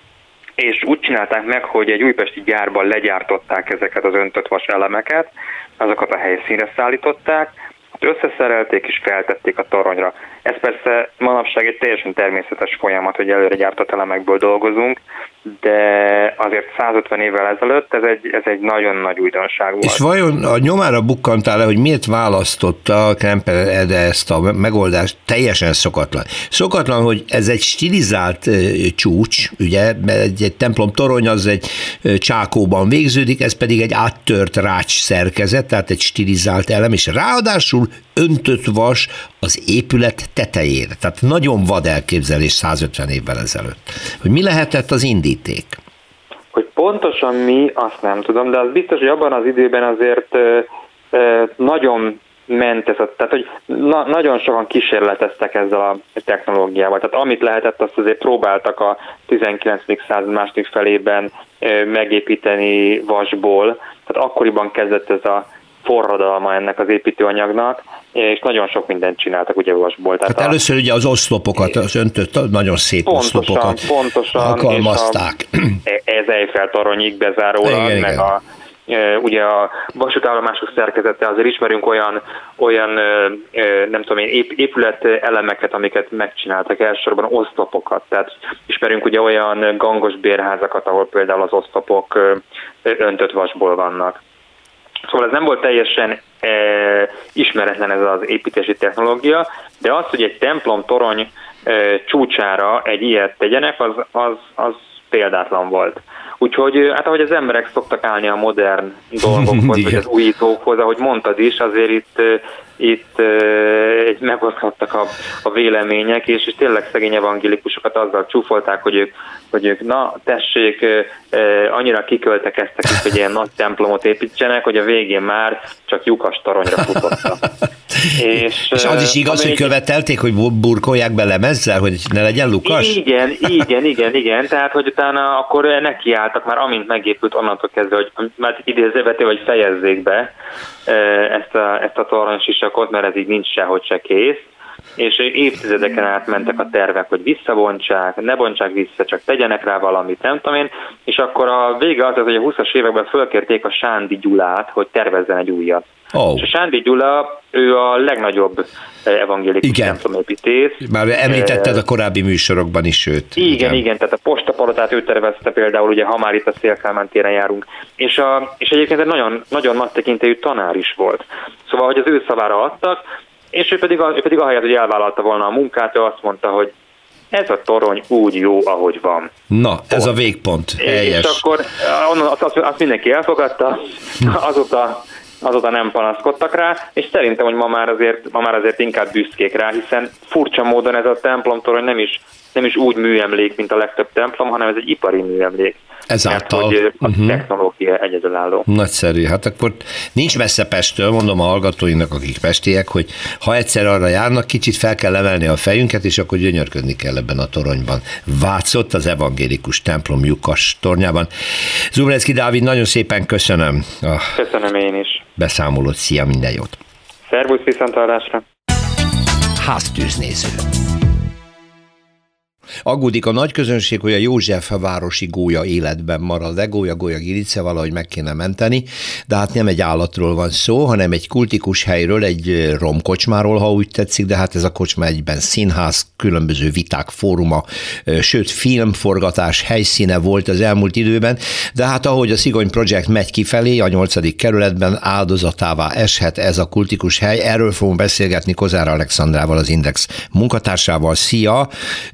és úgy csinálták meg, hogy egy újpesti gyárban legyártották ezeket az öntött vas elemeket, azokat a helyszínre szállították, összeszerelték és feltették a toronyra. Ez persze manapság egy teljesen természetes folyamat, hogy előre gyártott elemekből dolgozunk, de azért százötven évvel ezelőtt ez egy, ez egy nagyon nagy újdonság volt. És vajon a nyomára bukkantál-e, hogy miért választotta Kempe Ede ezt a megoldást? Teljesen szokatlan. Szokatlan, hogy ez egy stilizált uh, csúcs, ugye, egy, egy templom torony az egy uh, csákóban végződik, ez pedig egy áttört rács szerkezet, tehát egy stilizált elem, és ráadásul öntött vas az épület tetejére. Tehát nagyon vad elképzelés százötven évvel ezelőtt. Hogy mi lehetett az indíték? Hogy pontosan mi, azt nem tudom, de az biztos, hogy abban az időben azért nagyon ment ez a, tehát hogy na, nagyon sokan kísérleteztek ezzel a technológiával. Tehát amit lehetett, azt azért próbáltak a tizenkilencedik század második felében megépíteni vasból. Tehát akkoriban kezdett ez a forradalma ennek az építőanyagnak, és nagyon sok mindent csináltak ugye vasból. Tehát hát először a, ugye az oszlopokat, az öntött, nagyon szép pontosan, oszlopokat pontosan, alkalmazták. Ez Eiffel toronyig bezárólag, igen, meg igen. a ugye a vasútállomások szerkezete, azért ismerünk olyan, olyan nem tudom én, épület elemeket, amiket megcsináltak, elsősorban oszlopokat. Tehát ismerünk ugye olyan gangos bérházakat, ahol például az oszlopok öntött vasból vannak. Szóval ez nem volt teljesen e, ismeretlen ez az építési technológia, de az, hogy egy templom torony e, csúcsára egy ilyet tegyenek, az, az, az példátlan volt. Úgyhogy hát ahogy az emberek szoktak állni a modern dolgokhoz, vagy az újítókhoz, ahogy mondtad is, azért itt, itt egy megoszthattak a, a vélemények, és, és tényleg szegény evangélikusokat azzal csúfolták, hogy ők, hogy ők na tessék, annyira kiköltekeztek itt, hogy ilyen nagy templomot építsenek, hogy a végén már csak lyukas toronyra futottak. és, és az is igaz, hogy követelték, hogy burkolják be lemezzel, hogy ne legyen lukas? Igen, igen, igen, igen, tehát hogy utána akkor nekiálltak már, amint megépült, onnantól kezdve, hogy már idézővető, vagy fejezzék be ezt a, ezt a toronysisakot, mert ez így nincs sehogy se kész, és évtizedeken át mentek a tervek, hogy visszabontsák, ne bontsák vissza, csak tegyenek rá valamit, nem tudom én, és akkor a vége az, hogy a húszas években fölkérték a Sándi Gyulát, hogy tervezzen egy újat. Oh. És a Sándi Gyula, ő a legnagyobb evangélikus templomépítész. Már említetted a korábbi műsorokban is, sőt. Igen, igen, igen, tehát a postapalotát ő tervezte például, ugye ha már itt a Széll-Kálmán téren járunk. És, a, és egyébként egy nagyon, nagyon nagy tekintélyű tanár is volt. Szóval, hogy az ő szavára adtak, és ő pedig, ő pedig ahelyett, hogy elvállalta volna a munkát, ő azt mondta, hogy ez a torony úgy jó, ahogy van. Na, ez Pont. a végpont. Helyes. És akkor onnan azt, azt, azt mindenki elfogadta, azóta, azóta nem panaszkodtak rá, és szerintem, hogy ma már azért, ma már azért inkább büszkék rá, hiszen furcsa módon ez a templomtorony nem is, nem is úgy műemlék, mint a legtöbb templom, hanem ez egy ipari műemlék. Ezáltal. Mert hogy a uh-huh. technológia egyedülálló. Nagyszerű. Hát akkor nincs messze Pesttől, mondom a hallgatóinknak, akik pestiek, hogy ha egyszer arra járnak, kicsit fel kell emelni a fejünket, és akkor gyönyörködni kell ebben a toronyban. Vácott az evangélikus templom lyukas tornyában. Zubrecki Dávid, nagyon szépen köszönöm. A köszönöm én is. Beszámolót, szia, minden jót. Szervusz, viszonthallásra. Háztűznéző. Aggódik a nagy közönség, hogy a Józsefvárosi gólya életben marad, de gólya, gólya, gilice valahogy meg kéne menteni, de hát nem egy állatról van szó, hanem egy kultikus helyről, egy romkocsmáról, ha úgy tetszik, de hát ez a kocsma egyben színház, különböző viták fóruma, sőt filmforgatás helyszíne volt az elmúlt időben, de hát ahogy a Szigony Project megy kifelé, a nyolcadik kerületben áldozatává eshet ez a kultikus hely. Erről fogunk beszélgetni Kozár Alexandrával, az Index munkatársával. Szia!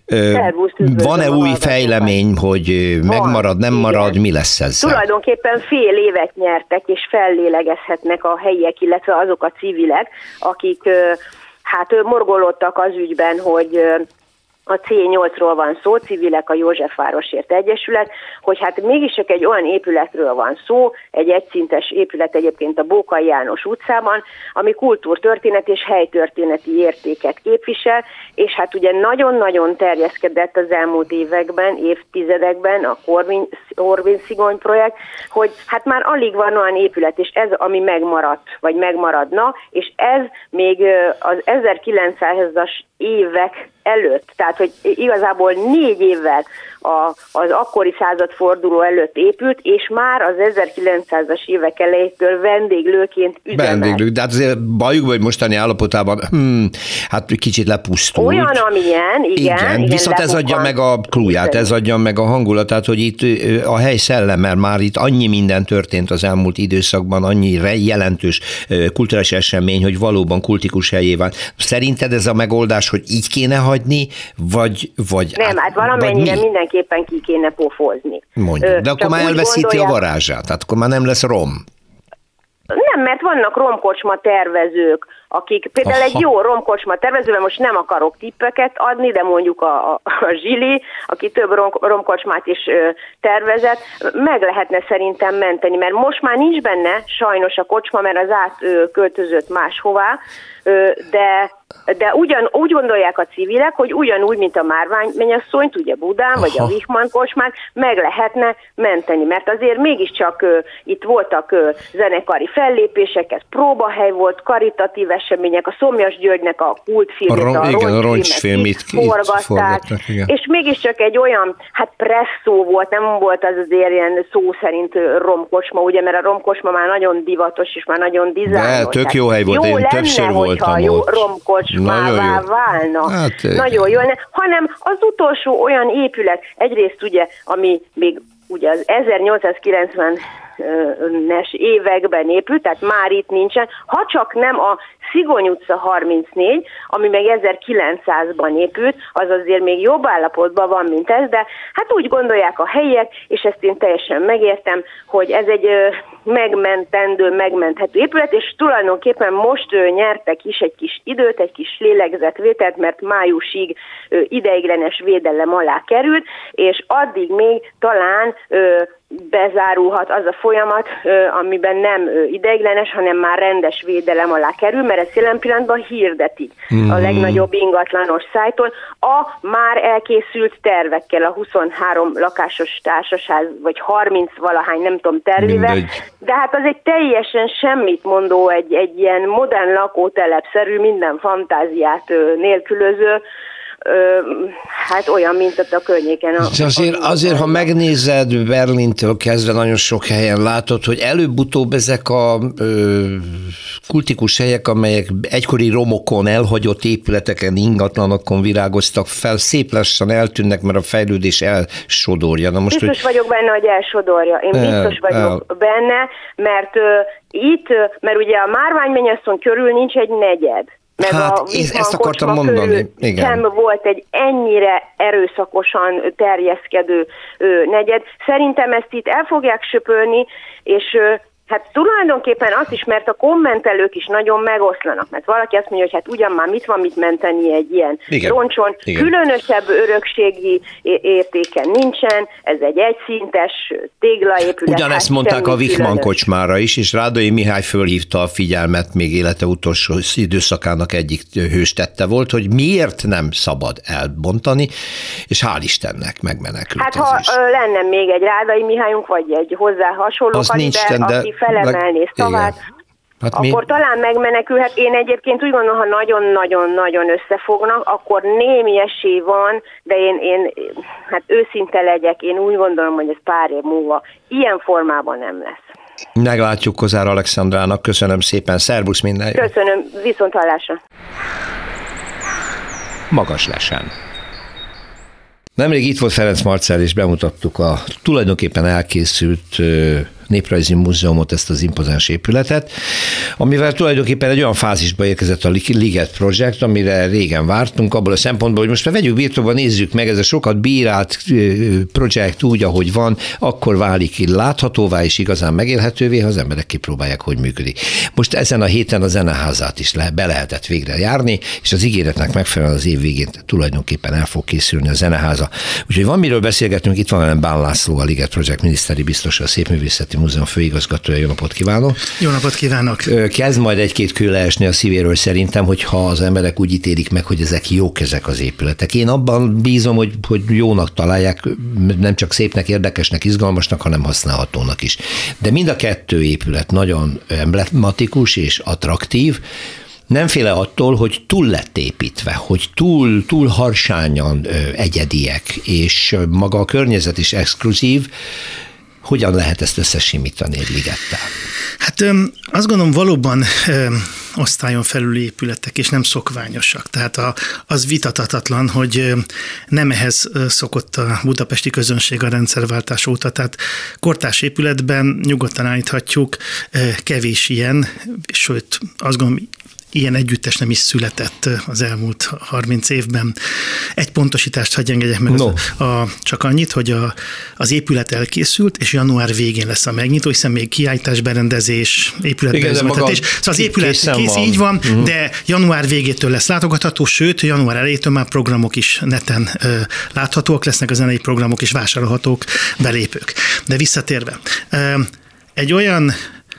Van-e új fejlemény, hogy megmarad, nem marad, igen. Mi lesz ezzel? Tulajdonképpen fél évet nyertek, és fellélegezhetnek a helyiek, illetve azok a civilek, akik hát morgolódtak az ügyben, hogy a cé nyolcról van szó, civilek a Józsefvárosért Egyesület, hogy hát mégis csak egy olyan épületről van szó, egy egyszintes épület egyébként a Bókai János utcában, ami kultúrtörténet és helytörténeti értéket képvisel, és hát ugye nagyon-nagyon terjeszkedett az elmúlt években, évtizedekben a Corvin-Szigony projekt, hogy hát már alig van olyan épület, és ez ami megmaradt, vagy megmaradna, és ez még az ezerkilencszázas évek előtt, tehát hogy igazából négy évvel a, az akkori századforduló előtt épült, és már az ezerkilencszázas évek elejétől vendéglőként üzemelt. Vendéglő, de hát azért bajuk, hogy mostani állapotában hmm, hát kicsit lepusztult. Olyan, amilyen, igen. igen, igen viszont ez adja meg a klúját, ez adja meg a hangulatát, hogy itt a hely szellem, mert már itt annyi minden történt az elmúlt időszakban, annyi jelentős kulturális esemény, hogy valóban kultikus helyé van. Szerinted ez a megoldás, hogy így kéne hagyni, vagy... vagy nem, hát valamennyire mi? mindenképpen ki kéne pofozni. Mondjuk, de akkor már elveszíti gondolják, a varázsát, tehát akkor már nem lesz rom. Nem, mert vannak romkocsma tervezők, akik például Aha. egy jó romkocsma tervezővel, most nem akarok tippeket adni, de mondjuk a, a, a Zsili, aki több rom, romkocsmát is ö, tervezett, meg lehetne szerintem menteni, mert most már nincs benne sajnos a kocsma, mert az átköltözött máshová, ö, de de ugyan, úgy gondolják a civilek, hogy ugyanúgy, mint a Márványmennyasszonyt, ugye Budán, Aha. vagy a Wichmann kocsmát, meg lehetne menteni, mert azért mégiscsak ö, itt voltak ö, zenekari fellépések, ez próbahely volt, karitatív események, a Szomjas Györgynek a kultfilmét, a, a, igen, a roncsfilmét forgatták, és mégiscsak egy olyan, hát presszó volt, nem volt az azért ilyen szó szerint romkocsma, ugye, mert a romkocsma már nagyon divatos, és már nagyon dizájnos. De tök jó hely volt, én többször voltam ott. Romkocsmává válna. Hát, nagyon jó lenne, hanem az utolsó olyan épület, egyrészt ugye, ami még ugye az ezernyolcszázkilencvenes években épült, tehát már itt nincsen, ha csak nem a Szigony utca harmincnégy, ami meg ezerkilencszázban épült, az azért még jobb állapotban van, mint ez, de hát úgy gondolják a helyiek, és ezt én teljesen megértem, hogy ez egy ö, megmentendő, megmenthető épület, és tulajdonképpen most ö, nyertek is egy kis időt, egy kis lélegzetvételt, mert májusig ö, ideiglenes védelem alá került, és addig még talán ö, bezárulhat az a folyamat, amiben nem ideiglenes, hanem már rendes védelem alá kerül, mert ezt jelen pillanatban hirdetik mm. a legnagyobb ingatlanos szájton a már elkészült tervekkel, a huszonhárom lakásos társasház, vagy harminc valahány, nem tudom, tervével, de hát az egy teljesen semmit mondó, egy, egy ilyen modern lakótelepszerű, minden fantáziát nélkülöző, Ö, hát olyan, mint ott a környéken. A, azért, azért, ha megnézed, Berlintől kezdve nagyon sok helyen látod, hogy előbb-utóbb ezek a ö, kultikus helyek, amelyek egykori romokon, elhagyott épületeken, ingatlanokon virágoztak fel, szép lassan eltűnnek, mert a fejlődés elsodorja. Na most, biztos hogy... vagyok benne, hogy elsodorja. Én el, biztos vagyok el. benne, mert ö, itt, mert ugye a Márványmennyasszony körül nincs egy negyed. Meg hát a ezt akartam mondani. Igen. Sem volt egy ennyire erőszakosan terjeszkedő ö, negyed. Szerintem ezt itt el fogják söpölni, és ö, hát tulajdonképpen azt is, mert a kommentelők is nagyon megoszlanak, mert valaki azt mondja, hogy hát ugyan már mit van mit menteni egy ilyen Igen. roncson, Igen. különösebb örökségi értéke nincsen, ez egy egyszintes téglaépület. Ugyanezt hát mondták a Wichmann kocsmára is, és Rádai Mihály fölhívta a figyelmet, még élete utolsó időszakának egyik hőstette volt, hogy miért nem szabad elbontani, és hál' Istennek megmenekült. Hát ha is. lenne még egy Rádai Mihályunk, vagy egy hozzá hasonló kaliber, aki felemelné szavát, hát akkor mi? talán megmenekülhet. Én egyébként úgy gondolom, ha nagyon-nagyon-nagyon összefognak, akkor némi esély van, de én, én hát őszinte legyek, én úgy gondolom, hogy ez pár év múlva ilyen formában nem lesz. Meglátjuk Kozár Alexandrának, köszönöm szépen, szervusz, minden jó. Köszönöm, viszont hallásra. Magas lesen. Nemrég itt volt Ferenc Marcell, és bemutattuk a tulajdonképpen elkészült Néprajzi Múzeumot, ezt az impozáns épületet, amivel tulajdonképpen egy olyan fázisba érkezett a Liget Project, amire régen vártunk, abból a szempontból, hogy most már vegyük birtokba, nézzük meg, ez a sokat bírált projekt úgy, ahogy van, akkor válik láthatóvá és igazán megélhetővé, ha az emberek kipróbálják, hogy működik. Most ezen a héten a Zeneházát is le, be lehetett végre járni, és az ígéretnek megfelelően az év végén tulajdonképpen el fog készülni a Zeneháza. Úgyhogy van miről beszélgetünk, itt van velem Bán László, a Liget Project miniszteri biztosa, a Szépművészeti Múzeum főigazgatója. Jó napot kívánok! Jó napot kívánok! Kezd majd egy-két kő leesni a szívéről szerintem, hogyha az emberek úgy ítélik meg, hogy ezek jók ezek az épületek. Én abban bízom, hogy, hogy jónak találják, nem csak szépnek, érdekesnek, izgalmasnak, hanem használhatónak is. De mind a kettő épület nagyon emblematikus és attraktív, nem féle attól, hogy túl lett építve, hogy túl, túl harsányan egyediek, és maga a környezet is exkluzív. Hogyan lehet ezt összesimítani egy ligettel? Hát azt gondolom, valóban osztályon felüli épületek, és nem szokványosak. Tehát a, az vitatatlan, hogy nem ehhez szokott a budapesti közönség a rendszerváltás óta. Tehát kortárs épületben nyugodtan állíthatjuk, kevés ilyen, sőt azt gondolom, ilyen együttes nem is született az elmúlt harminc évben. Egy pontosítást hagyj engedjek meg, no. az, a, csak annyit, hogy a, az épület elkészült, és január végén lesz a megnyitó, hiszen még kiállítás, berendezés, épületbeüzemeltetés. Szóval az épület kész, van. így van, uh-huh. de január végétől lesz látogatható, sőt, január elejétől már programok is neten ö, láthatóak lesznek, a zenei programok is vásárolhatók belépők. De visszatérve, ö, egy olyan,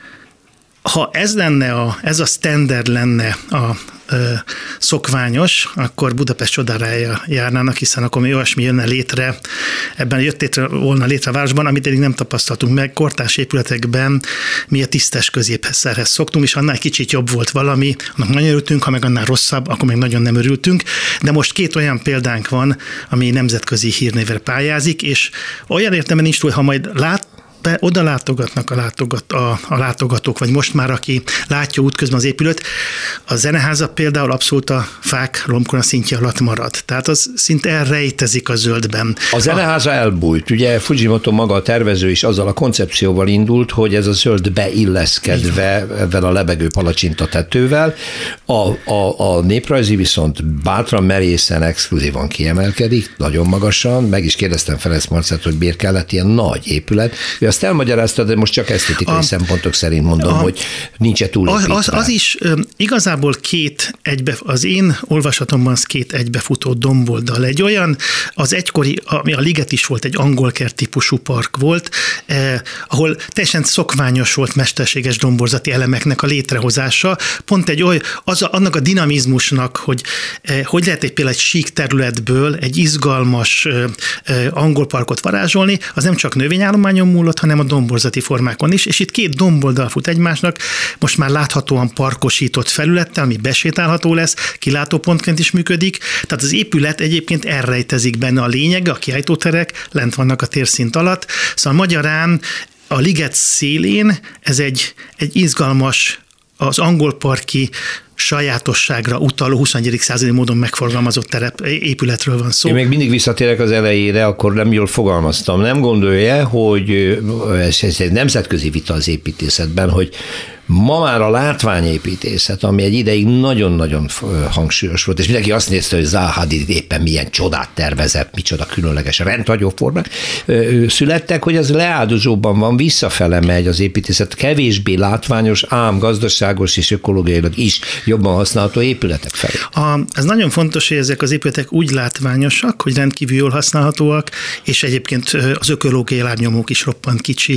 ha ez lenne, a, ez a standard lenne a ö, szokványos, akkor Budapest csodájára járnának, hiszen akkor mi olyasmi jönne létre, ebben jött létre, volna létre a városban, amit eddig nem tapasztaltunk meg. Kortárs épületekben mi a tisztes középszerhez szoktunk, és annál kicsit jobb volt valami, annak nagyon örültünk, ha meg annál rosszabb, akkor meg nagyon nem örültünk. De most két olyan példánk van, ami nemzetközi hírnévre pályázik, és olyan értelemben nincs túl, ha majd lát, be, oda látogatnak a, látogat, a, a látogatók, vagy most már, aki látja útközben az épület, a zeneháza például abszolút a fák lombkora szintje alatt marad. Tehát az szinte elrejtezik a zöldben. A zeneháza elbújt. Ugye Fujimoto maga a tervező is azzal a koncepcióval indult, hogy ez a zöld beilleszkedve ebben a lebegő palacsinta tetővel. A, a, a néprajzi viszont bátran, merészen, exkluzívan kiemelkedik, nagyon magasan. Meg is kérdeztem Ferenc Marcelt, hogy miért kellett ilyen nagy épület. Ő azt elmagyarázta, de most csak esztétikai a, szempontok szerint mondom, a, hogy nincs-e túlépítve. Az, az is igazából két egybe, az én olvasatomban az két egybefutó domboldal. Egy olyan, az egykori, ami a Liget is volt, egy angolkert típusú park volt, eh, ahol teljesen szokványos volt mesterséges domborzati elemeknek a létrehozása. Pont egy oly, az a, annak a dinamizmusnak, hogy eh, hogy lehet egy például egy sík területből egy izgalmas eh, eh, angol parkot varázsolni, az nem csak növényállományon múlott, hanem a domborzati formákon is, és itt két domboldal fut egymásnak, most már láthatóan parkosított felülettel, ami besétálható lesz, kilátópontként is működik, tehát az épület egyébként elrejtezik benne a lényege, a kiállítóterek lent vannak a térszint alatt, szóval magyarán a Liget szélén ez egy, egy izgalmas, az angol parki sajátosságra utaló huszonegyedik századi módon megforgalmazott terep, épületről van szó. Én még mindig visszatérek az elejére, akkor nem jól fogalmaztam. Nem gondolja, hogy ez, ez egy nemzetközi vita az építészetben, hogy ma már a látványépítészet, ami egy ideig nagyon-nagyon hangsúlyos volt, és mindenki azt nézte, hogy Zaha Hadid éppen milyen csodát tervezett, micsoda különleges rendhagyó formák születtek, hogy az leáldozóban van, visszafele megy az építészet, kevésbé látványos, ám gazdaságos és ökológiailag is jobban használható épületek felé. A, ez nagyon fontos, hogy ezek az épületek úgy látványosak, hogy rendkívül jól használhatóak, és egyébként az ökológiai lábnyomók is roppant kicsi.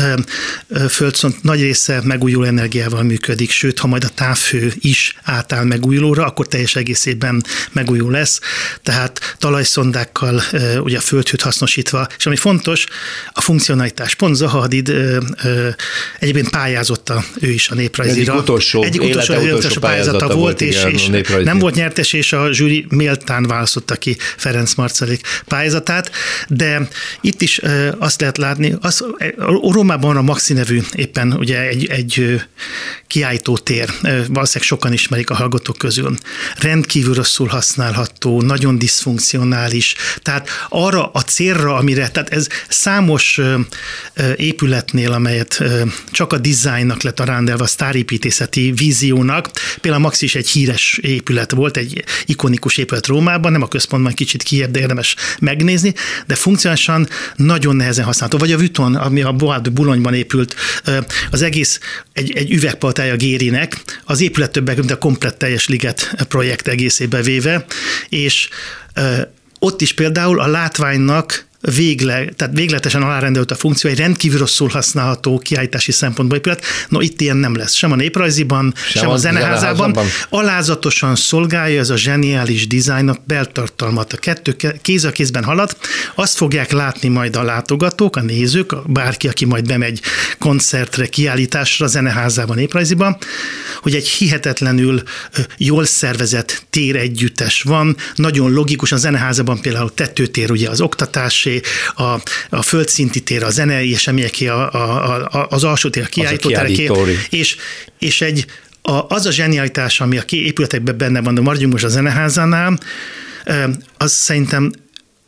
Földszont nagy része megújuló energiával működik, sőt, ha majd a távhő is átáll megújulóra, akkor teljes egészében megújuló lesz. Tehát talajszondákkal ugye a földhőt hasznosítva, és ami fontos, a funkcionalitás. Pont Zaha Hadid egyébként pályázott a, ő is a néprajzira. Egyik utolsó, Egyik utolsó, utolsó, utolsó pályázata volt, volt és, és nem volt nyertes, és a zsűri méltán választotta ki Ferenc Marcelék pályázatát, de itt is azt lehet látni, az, a Rómában a Maxi nevű éppen ugye egy, egy kiállító tér, valószínűleg sokan ismerik a hallgatók közül. Rendkívül rosszul használható, nagyon diszfunkcionális, tehát arra a célra, amire, tehát ez számos épületnél, amelyet csak a dizájnnak lett arárendelve, a sztárépítészeti víziónak, például a Maxi is egy híres épület volt, egy ikonikus épület Rómában, nem a központban, kicsit kijebb, de érdemes megnézni, de funkcionálisan nagyon nehezen használható. Vagy a Vuitton, ami a Bois de Boulogne-ban épült, az egész egy, egy üvegpaltája Gérinek, az épület többek, mint a komplett teljes Liget projekt egészébe véve, és ö, ott is például a látványnak Végle, tehát végletesen alárendelt a funkció, egy rendkívül rosszul használható kiállítási szempontból épület. No, itt ilyen nem lesz. Sem a néprajziban, sem, sem a zeneházában. zeneházában. Alázatosan szolgálja ez a zseniális dizájn a beltartalmat. A kettő kéz a kézben halad. Azt fogják látni majd a látogatók, a nézők, bárki, aki majd bemegy koncertre, kiállításra, a zeneházában, néprajziban, hogy egy hihetetlenül jól szervezett téregyüttes van. Nagyon logikus, a zeneházában például tetőtér, ugye az oktatásé, A, a földszinti tér, a zenei eseményeké, a, a, a, az alsó tér, a kiállítótereké, és, és egy, a, az a zsenialitás, ami a épületekben benne van, de maradjunk most a zeneházánál, az szerintem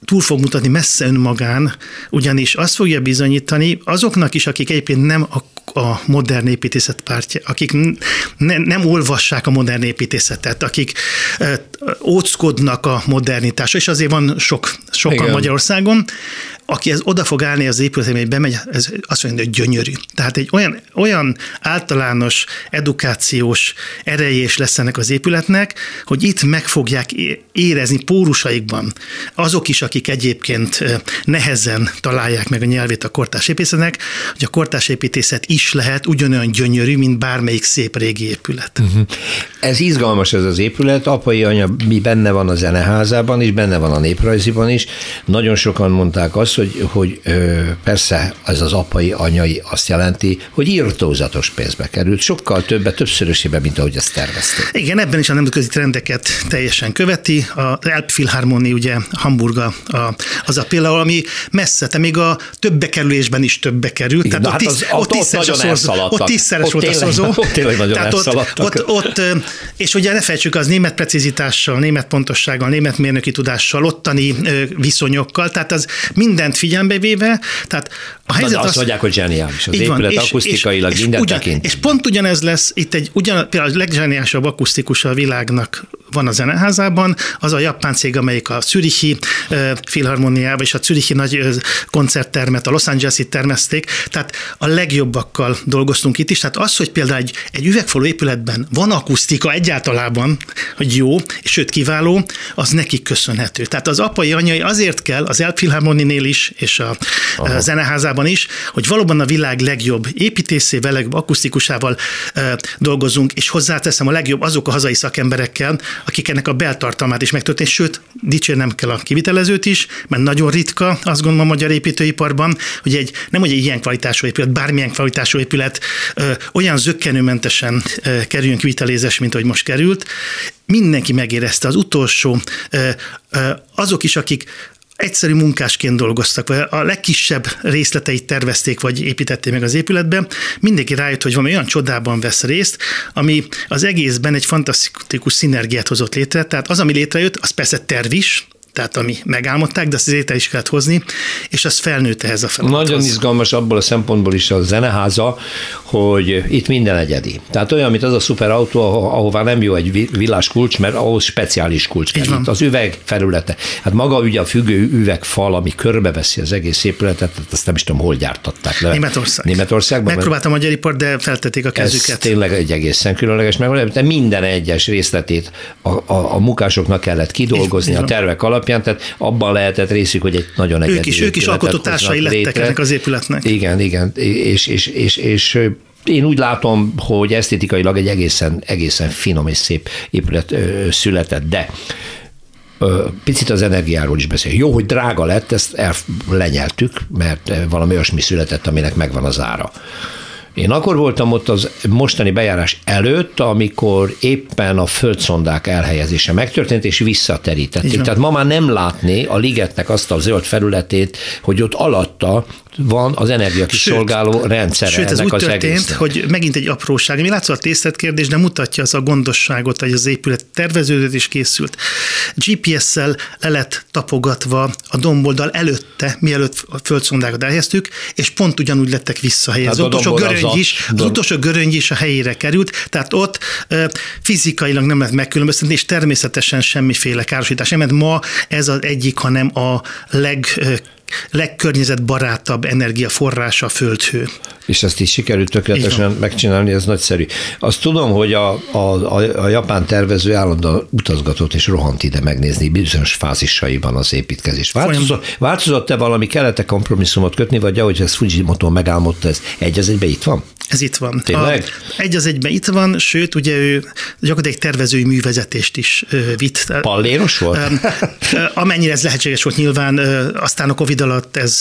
túl fog mutatni messze önmagán, ugyanis azt fogja bizonyítani azoknak is, akik egyébként nem a a modern építészet pártja, akik ne, nem olvassák a modern építészetet, akik e, óckodnak a modernitásra, és azért van sok, sokan Igen. Magyarországon, aki ez oda fog állni az épületbe, hogy bemegy, ez azt mondja, hogy gyönyörű. Tehát egy olyan, olyan általános edukációs erejés lesz ennek az épületnek, hogy itt meg fogják érezni pórusaikban azok is, akik egyébként nehezen találják meg a nyelvét a kortárs építészetnek, hogy a kortárs építészet is lehet ugyanolyan gyönyörű, mint bármelyik szép régi épület. Uh-huh. Ez izgalmas ez az épület, apai anya mi benne van a zeneházában is, benne van a néprajziban is. Nagyon sokan mondták azt, hogy, hogy ö, persze ez az apai anyai azt jelenti, hogy irtózatos pénzbe került, sokkal többet, többszörösében, mint ahogy ezt tervezték. Igen, ebben is a nemzetközi trendeket teljesen követi. Az Elbphilharmonie, ugye Hamburga a, az a például, ami messze, te még a többbekerülésben is többbe került. Igen, tehát ott, hát ott, tíz, ott, ott, ott tízszeres volt a szozó. Ott tényleg nagyon tehát ott, ott, ott, és ugye ne felejtsük, az német precizitással, német pontossággal, német mérnöki tudással, ottani viszonyokkal, tehát az mindent figyelembe véve, tehát a helyzet azt az, mondják, hogy zseniális. Az épület van, és, akusztikailag és, minden és, ugyan, tekint. és pont ugyanez lesz, itt egy ugyan, például a legzseniálisabb akusztikus a világnak van a zeneházában, az a japán cég, amelyik a Zürichi uh, filharmoniával és a Zürichi nagy uh, koncerttermet, a Los Angeles-i termeszték, tehát a legjobbakkal dolgoztunk itt is, tehát az, hogy például egy, egy üvegfalú épületben van akusztika egyáltalában, hogy jó, és sőt kiváló, az nekik köszönhető. Tehát az apai anyai azért kell az Elbphilharmonie-nél is, és a Aha. zeneházában is, hogy valóban a világ legjobb építészével, legjobb akusztikusával uh, dolgozunk, és hozzáteszem a legjobb azok a hazai szakemberekkel, akik ennek a beltartalmát is megtörtént, sőt, dicsérnem kell a kivitelezőt is, mert nagyon ritka, azt gondolom a magyar építőiparban, hogy egy, nem hogy egy ilyen kvalitású épület, bármilyen kvalitású épület ö, olyan zökkenőmentesen ö, kerüljön kivitelezés, mint ahogy most került. Mindenki megérezte, az utolsó, ö, ö, azok is, akik egyszerű munkásként dolgoztak, vagy a legkisebb részleteit tervezték, vagy építették meg az épületbe, mindenki rájött, hogy valami olyan csodában vesz részt, ami az egészben egy fantasztikus szinergiát hozott létre. Tehát az, ami létrejött, az persze terv is, tehát ami megálmodták, de azt létre is kellett hozni, és az felnőtt ehhez a feladathoz. Nagyon izgalmas abból a szempontból is a zeneháza, hogy itt minden egyedi. Tehát olyan, mint az a szuper autó, ahová nem jó egy villás kulcs, mert ahhoz speciális kulcs kell. Itt az üveg felülete. Hát maga ugye a függő üvegfal, ami körbeveszi az egész épületet, azt nem is tudom, hol gyártották le. Németország. Németországban. Megpróbáltam a magyar ipar, de feltették a kezüket. Ez tényleg egy egészen különleges megoldás, de minden egyes részletét a, a, a munkásoknak kellett kidolgozni a tervek alapján, tehát abban lehetett részük, hogy egy nagyon egyedi Ők is, ők is alkotótársai lettek ennek az épületnek. Igen, igen, és, és, és, és én úgy látom, hogy esztétikailag egy egészen, egészen finom és szép épület ö, született, de ö, picit az energiáról is beszél. Jó, hogy drága lett, ezt el, lenyeltük, mert valami olyasmi született, aminek megvan az ára. Én akkor voltam ott az mostani bejárás előtt, amikor éppen a földszondák elhelyezése megtörtént, és visszaterítették. Tehát ma már nem látni a ligetnek azt a zöld felületét, hogy ott alatta van az energiakiszolgáló rendszere. Sőt, ez ennek úgy az történt, egésznek. hogy megint egy apróság, ami látszott részletkérdés, de mutatja az a gondosságot, hogy az épület terveződött és készült. gé pé es-szel le lett tapogatva a domboldal előtte, mielőtt a földszondákat elhelyeztük, és pont ugyanúgy lettek visszahelyezve. Hát az, utolsó göröngy is, az utolsó göröngy is a helyére került, tehát ott uh, fizikailag nem lehet megkülönböztetni, és természetesen semmiféle károsítás. Mert ma ez az egyik, hanem a leg uh, legkörnyezetbarátabb energiaforrása a földhő. És ezt is sikerült tökéletesen megcsinálni, ez nagyszerű. Azt tudom, hogy a, a, a, a japán tervező állandóan utazgatott és rohant ide megnézni bizonyos fázisaiban az építkezés. Változott, változott-e valami, kellett-e kompromisszumot kötni, vagy ahogy ez Fujimoto megálmodta, ez egy az egyben itt van? Ez itt van. Tényleg? A, egy az egyben itt van, sőt, ugye ő gyakorlatilag tervezői művezetést is ö, vitt. Palléros volt? Ö, amennyire ez lehetséges volt nyilván, ö, aztán a Covid alatt ez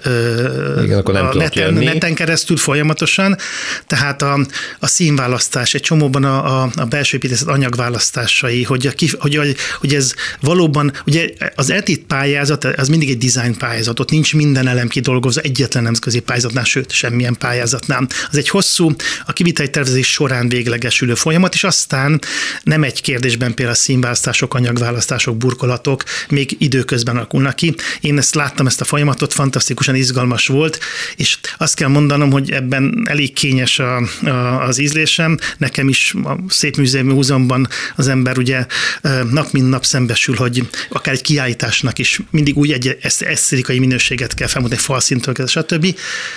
ö, Igen, akkor nem a neten, neten keresztül folyamatosan, tehát a, a színválasztás, egy csomóban a, a, a belső építészet anyagválasztásai, hogy, a, hogy, hogy ez valóban, ugye az é té i té pályázat, az mindig egy design pályázat, ott nincs minden elem kidolgozva, egyetlen nemzetközi pályázatnál, sőt, semmilyen pályázatnál. Az egy hosszú, a kiviteli tervezés során véglegesülő folyamat, és aztán nem egy kérdésben például színválasztások, anyagválasztások, burkolatok még időközben alakulnak ki. Én ezt láttam, ezt a folyamatot, fantasztikusan izgalmas volt, és azt kell mondanom, hogy ebben elég kényes a, a, az ízlésem. Nekem is a Szépművészeti Múzeumban az ember ugye nap mint nap szembesül, hogy akár egy kiállításnak is mindig úgy egy esztétikai minőséget kell felmutatni, falszintől kezdve, stb.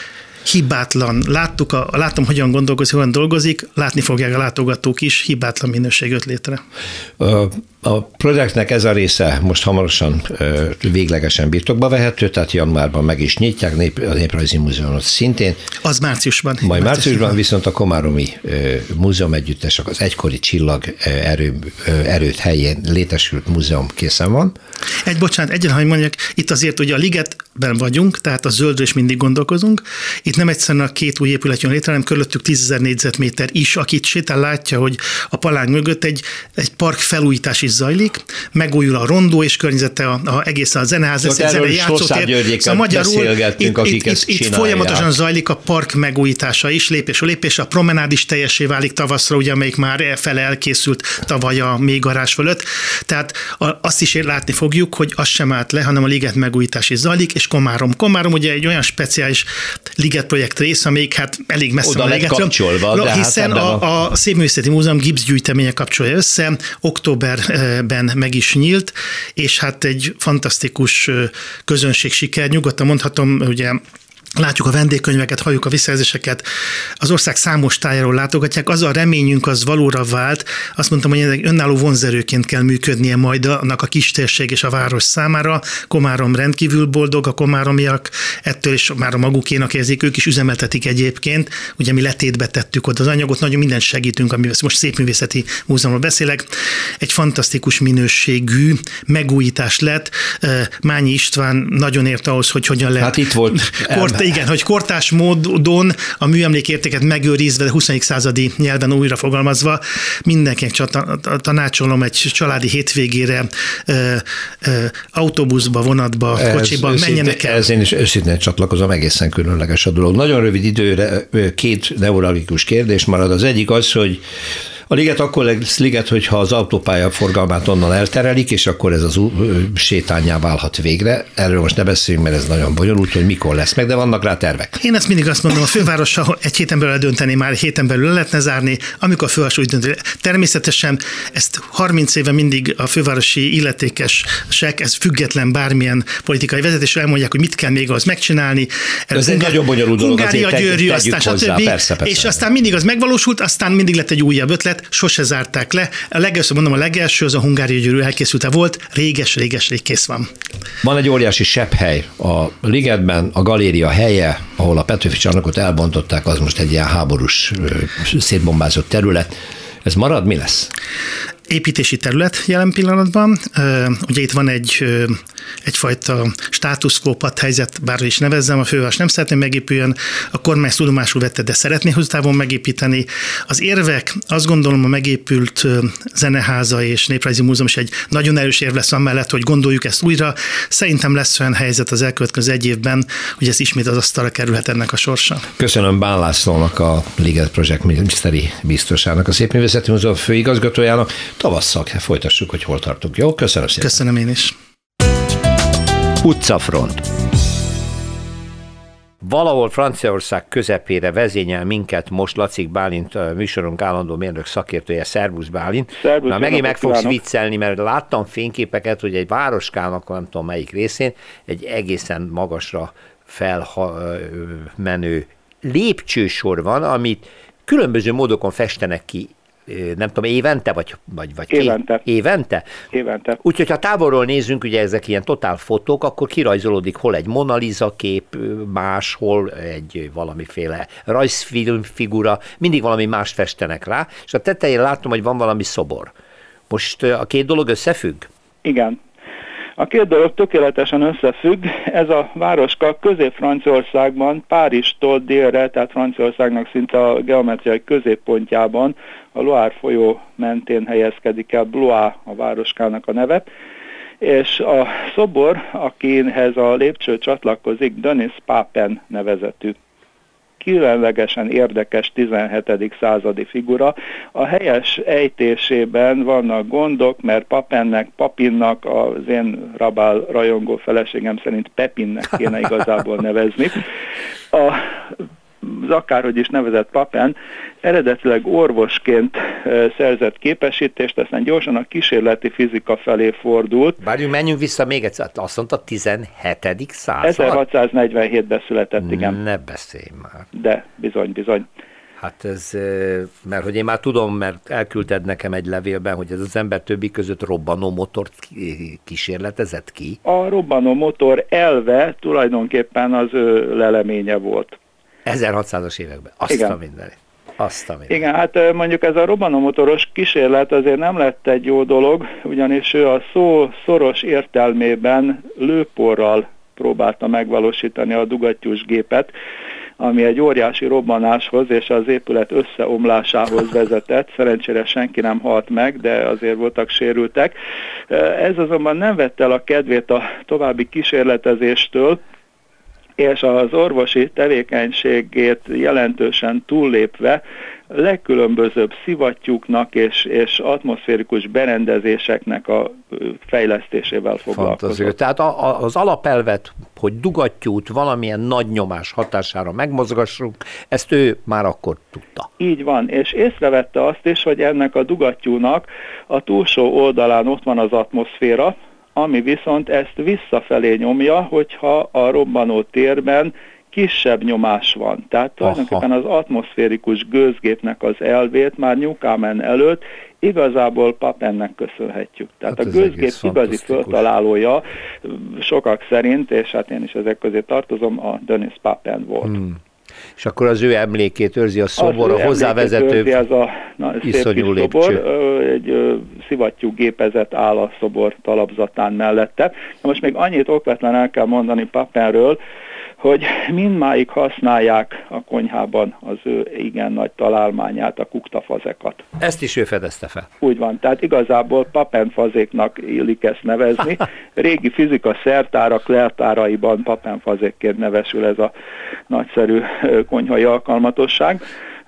Hibátlan. Láttuk, a, látom, hogyan gondolkozik, hogyan dolgozik, látni fogják a látogatók is, hibátlan minőség jött létre. A, a projektnek ez a része most hamarosan véglegesen birtokba vehető, tehát januárban meg is nyitják, a Néprajzi Múzeumot szintén. Az márciusban. Majd márciusban viszont a Komáromi Múzeum együttes, az egykori csillag erő, erőt helyén létesült múzeum készen van. Egy bocsánat, egyen, hogy mondjak, itt azért ugye a ligetben vagyunk, tehát a zöldről is mindig gondolkozunk. Itt nem egyszerűen a két új épület jön létre, hanem körülöttük tízezer négyzetméter is. Akit sétál, látja, hogy a palánk mögött egy, egy park felújítás is zajlik, megújul a rondó és környezete, a, a egészen a zeneház lesz, egy zenei játszótér. Szóval magyarul itt, itt, itt, itt folyamatosan zajlik a park megújítása is, lépésről lépésre, a promenád is teljessé válik tavaszra, ugye, amelyik már fele elkészült tavaly a mélygarázs fölött. Tehát azt is látni fogjuk, hogy az sem állt le, hanem a liget megújítás is zajlik, és Komárom. Komárom ugye egy olyan speciális ligetprojekt rész, amelyik hát elég messze oda van a ligetről. Kapcsolva, hiszen hát a, a Szépművészeti Múzeum gipszgyűjteménye kapcsolja össze, októberben meg is nyílt, és hát egy fantasztikus közönség siker, nyugodtan mondhatom, ugye látjuk a vendégkönyveket, halljuk a visszajelzéseket, az ország számos tájáról látogatják, az a reményünk az valóra vált, azt mondtam, hogy ennek önálló vonzerőként kell működnie majd annak a kistérség és a város számára. Komárom rendkívül boldog, a komáromiak ettől is már a magukénak érzik, ők is üzemeltetik egyébként, ugye mi letétbe tettük oda az anyagot, nagyon mindent segítünk, amivel most Szépművészeti Múzeumról beszélek. Egy fantasztikus minőségű megújítás lett. Mányi István nagyon ért ahhoz, hogy hogyan lehet. Hát itt volt. Kort, igen, hogy kortárs módon a műemlékértéket megőrizve, de huszadik századi nyelven újra fogalmazva, mindenkinek tanácsolom egy családi hétvégére ö, ö, autóbuszba, vonatba, kocsiba, ez menjenek el. Ez én is őszintén csatlakozom, egészen különleges a dolog. Nagyon rövid időre két neuralgikus kérdés marad. Az egyik az, hogy a liget akkor lesz liget, hogyha az autópálya forgalmát onnan elterelik, és akkor ez az sétányá válhat végre. Erről most ne beszéljünk, mert ez nagyon bonyolult, hogy mikor lesz meg, de vannak rá tervek. Én ezt mindig azt mondom, a fővárossal egy héten belül eldönteni, már egy héten belül lehetne zárni, amikor a főváros úgy dönt. Természetesen ezt harminc éve mindig a fővárosi illetékesek, ez független bármilyen politikai vezetésre elmondják, hogy mit kell még az megcsinálni. Ez, ez egy nagyon bonyolult dolog, Hungária, azért Győri, tegyük aztán hozzá, stb. Persze, persze. És aztán mindig az megvalósult, aztán mindig lett egy újabb ötlet, sose zárták le. A legelső, mondom, a legelső, az a Hungária Győri elkészült volt, réges-réges-rég kész van. Van egy óriási sepphely a ligetben, a galéria helye, ahol a Petőfi csarnokot elbontották, az most egy ilyen háborús, szétbombázott terület. Ez marad, mi lesz? Építési terület jelen pillanatban. Ugye itt van egy, egyfajta status quo padhelyzet, bárhogy is nevezzem, a főváros nem szeretné megépüljön, a kormány tudomásul vette, de szeretné hosszú távon megépíteni. Az érvek, azt gondolom, a megépült zeneháza és Néprajzi Múzeum is egy nagyon erős érv lesz amellett, hogy gondoljuk ezt újra. Szerintem lesz olyan helyzet az elkövetkező egy évben, hogy ez ismét az asztalra kerülhet ennek a sorsa. Köszönöm Bán Lászlónak, a Liget Project miniszteri biztosának, a Szépművészeti Múzeum főigazgatójának. Tavasszal folytassuk, hogy hol tartunk. Jó? Köszönöm szépen. Köszönöm én is. Utcafront. Valahol Franciaország közepére vezényel minket most Lacik Bálint, a műsorunk állandó mérnök szakértője. Szervusz Bálint. Szervusz, Na megint meg fogsz kívánok. viccelni, mert láttam fényképeket, hogy egy városkának, nem tudom melyik részén, egy egészen magasra felmenő lépcsősor van, amit különböző módokon festenek ki. Nem tudom, évente, vagy, vagy, vagy évente. Két? Évente? Évente. Úgyhogy ha távolról nézünk, ugye ezek ilyen totál fotók, akkor kirajzolódik hol egy Mona Lisa kép, máshol egy valamiféle rajzfilmfigura, mindig valami mást festenek rá, és a tetején látom, hogy van valami szobor. Most a két dolog összefügg? Igen. A két dolog tökéletesen összefügg. Ez a városka Közép-Franciaországban, Párizstól délre, tehát Franciaországnak szinte a geometriai középpontjában, a Loire folyó mentén helyezkedik el, Blois a városkának a neve, és a szobor, akihez a lépcső csatlakozik, Denis Papen nevezetű különlegesen érdekes tizenhetedik századi figura. A helyes ejtésében vannak gondok, mert Papennek, Papinnak, az én rabál rajongó feleségem szerint Pepinnek kéne igazából nevezni. A az akárhogy is nevezett Papen eredetileg orvosként szerzett képesítést, aztán gyorsan a kísérleti fizika felé fordult. Várjunk, menjünk vissza még egyszer, azt mondta tizenhetedik század? ezerhatszáznegyvenhétben született, igen. Ne beszélj már. De, bizony, bizony. Hát ez, mert hogy én már tudom, mert elküldted nekem egy levélben, hogy ez az ember többi között robbanó motort kísérletezett ki. A robbanó motor elve tulajdonképpen az ő leleménye volt. ezerhatszázas években. Azt Igen. a mindenit. Azt a mindenit. Igen, hát mondjuk ez a robbanomotoros kísérlet azért nem lett egy jó dolog, ugyanis ő a szó szoros értelmében lőporral próbálta megvalósítani a dugattyús gépet, ami egy óriási robbanáshoz és az épület összeomlásához vezetett. Szerencsére senki nem halt meg, de azért voltak sérültek. Ez azonban nem vette el a kedvét a további kísérletezéstől, és az orvosi tevékenységét jelentősen túllépve legkülönbözőbb szivattyúknak és, és atmoszférikus berendezéseknek a fejlesztésével foglalkozott. Fantaző. Tehát a, a, az alapelvet, hogy dugattyút valamilyen nagy nyomás hatására megmozgassunk, ezt ő már akkor tudta. Így van, és észrevette azt is, hogy ennek a dugattyúnak a túlsó oldalán ott van az atmoszféra, ami viszont ezt visszafelé nyomja, hogyha a robbanó térben kisebb nyomás van. Tehát tulajdonképpen az atmoszférikus gőzgépnek az elvét már Newcomen előtt igazából Papennek köszönhetjük. Tehát hát a gőzgép igazi föltalálója sokak szerint, és hát én is ezek közé tartozom, a Denis Papen volt. Hmm. És akkor az ő emlékét őrzi a szobor, a hozzávezető ez a na, iszonyú lépcső. Szobor, egy ö, szivattyú gépezet áll a szobor talapzatán mellette. Na most még annyit okvetlen el kell mondani Papenről, hogy mindmáig használják a konyhában az ő igen nagy találmányát, a kuktafazekat. Ezt is ő fedezte fel. Úgy van, tehát igazából papenfazéknak illik ezt nevezni. Régi fizika szertárak leltáraiban papenfazékként nevesül ez a nagyszerű konyhai alkalmatosság.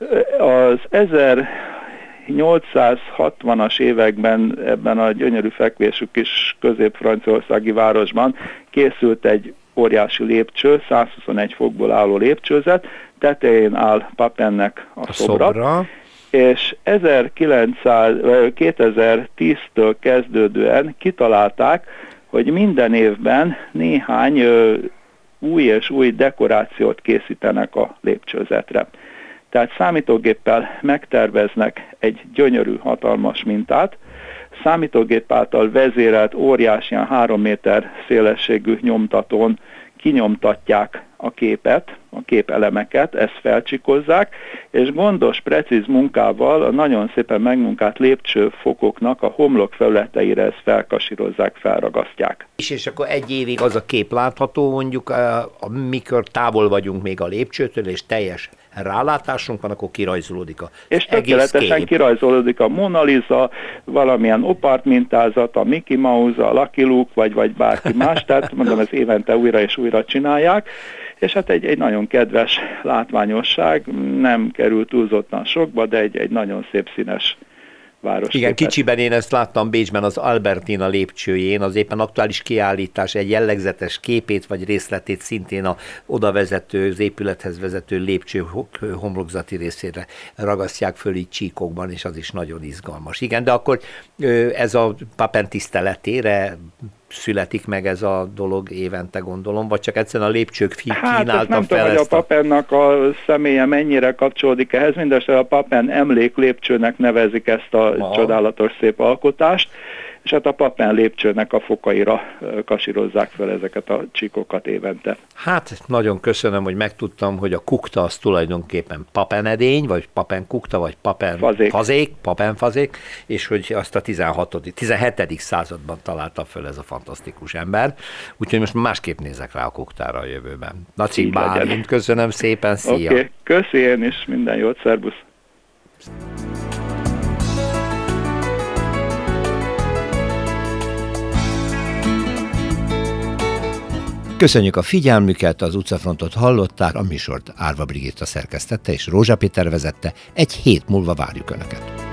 Az ezernyolcszázhatvanas években ebben a gyönyörű fekvésű kis közép-franciaországi városban készült egy óriási lépcső, százhuszonegy fokból álló lépcsőzet, tetején áll Papennek a, a szobra, szobra, és kétezer-tíztől kezdődően kitalálták, hogy minden évben néhány ö, új és új dekorációt készítenek a lépcsőzetre. Tehát számítógéppel megterveznek egy gyönyörű, hatalmas mintát, számítógép által vezérelt óriási három méter szélességű nyomtatón kinyomtatják a képet, a képelemeket, ezt felcsikozzák, és gondos, precíz munkával a nagyon szépen megmunkált lépcsőfokoknak a homlok felületeire ezt felkasírozzák, felragasztják. És, és akkor egy évig az a kép látható, mondjuk, amikor távol vagyunk még a lépcsőtől, és teljes rálátásunk van, akkor kirajzolódik a És tökéletesen kirajzolódik a Mona Lisa, valamilyen opart mintázat, a Mickey Mouse, a Lucky Luke, vagy, vagy bárki más, tehát mondom, ez évente újra és újra csinálják, és hát egy, egy nagyon kedves látványosság, nem kerül túlzottan sokba, de egy, egy nagyon szép színes város. Igen, kicsiben én ezt láttam Bécsben az Albertina lépcsőjén, az éppen aktuális kiállítás egy jellegzetes képét vagy részletét szintén a oda vezető, az épülethez vezető lépcső homlokzati részére ragasztják föl így csíkokban, és az is nagyon izgalmas. Igen, de akkor ez a Papen tiszteletére születik meg ez a dolog évente, gondolom, vagy csak egyszerűen a lépcsők kínálta hát, nem fel tudom, ezt hogy a Papennak a személye mennyire kapcsolódik ehhez, mindesetre a Papen emlék lépcsőnek nevezik ezt a Aha. csodálatos szép alkotást, és hát a Papen lépcsőnek a fokaira kasírozzák fel ezeket a csíkokat évente. Hát nagyon köszönöm, hogy megtudtam, hogy a kukta az tulajdonképpen papenedény, vagy papenkukta, vagy papen fazék. fazék, papenfazék, és hogy azt a tizenhatodik tizenhetedik században találta föl ez a fantasztikus ember. Úgyhogy most másképp nézek rá a kuktára a jövőben. Naci Bálint, köszönöm szépen, szia! Oké, okay. Köszi én is, minden jót, szervusz! Köszönjük a figyelmüket, az utcafrontot hallották, a műsort Árva Brigitta szerkesztette és Rózsa Péter vezette. Egy hét múlva várjuk Önöket.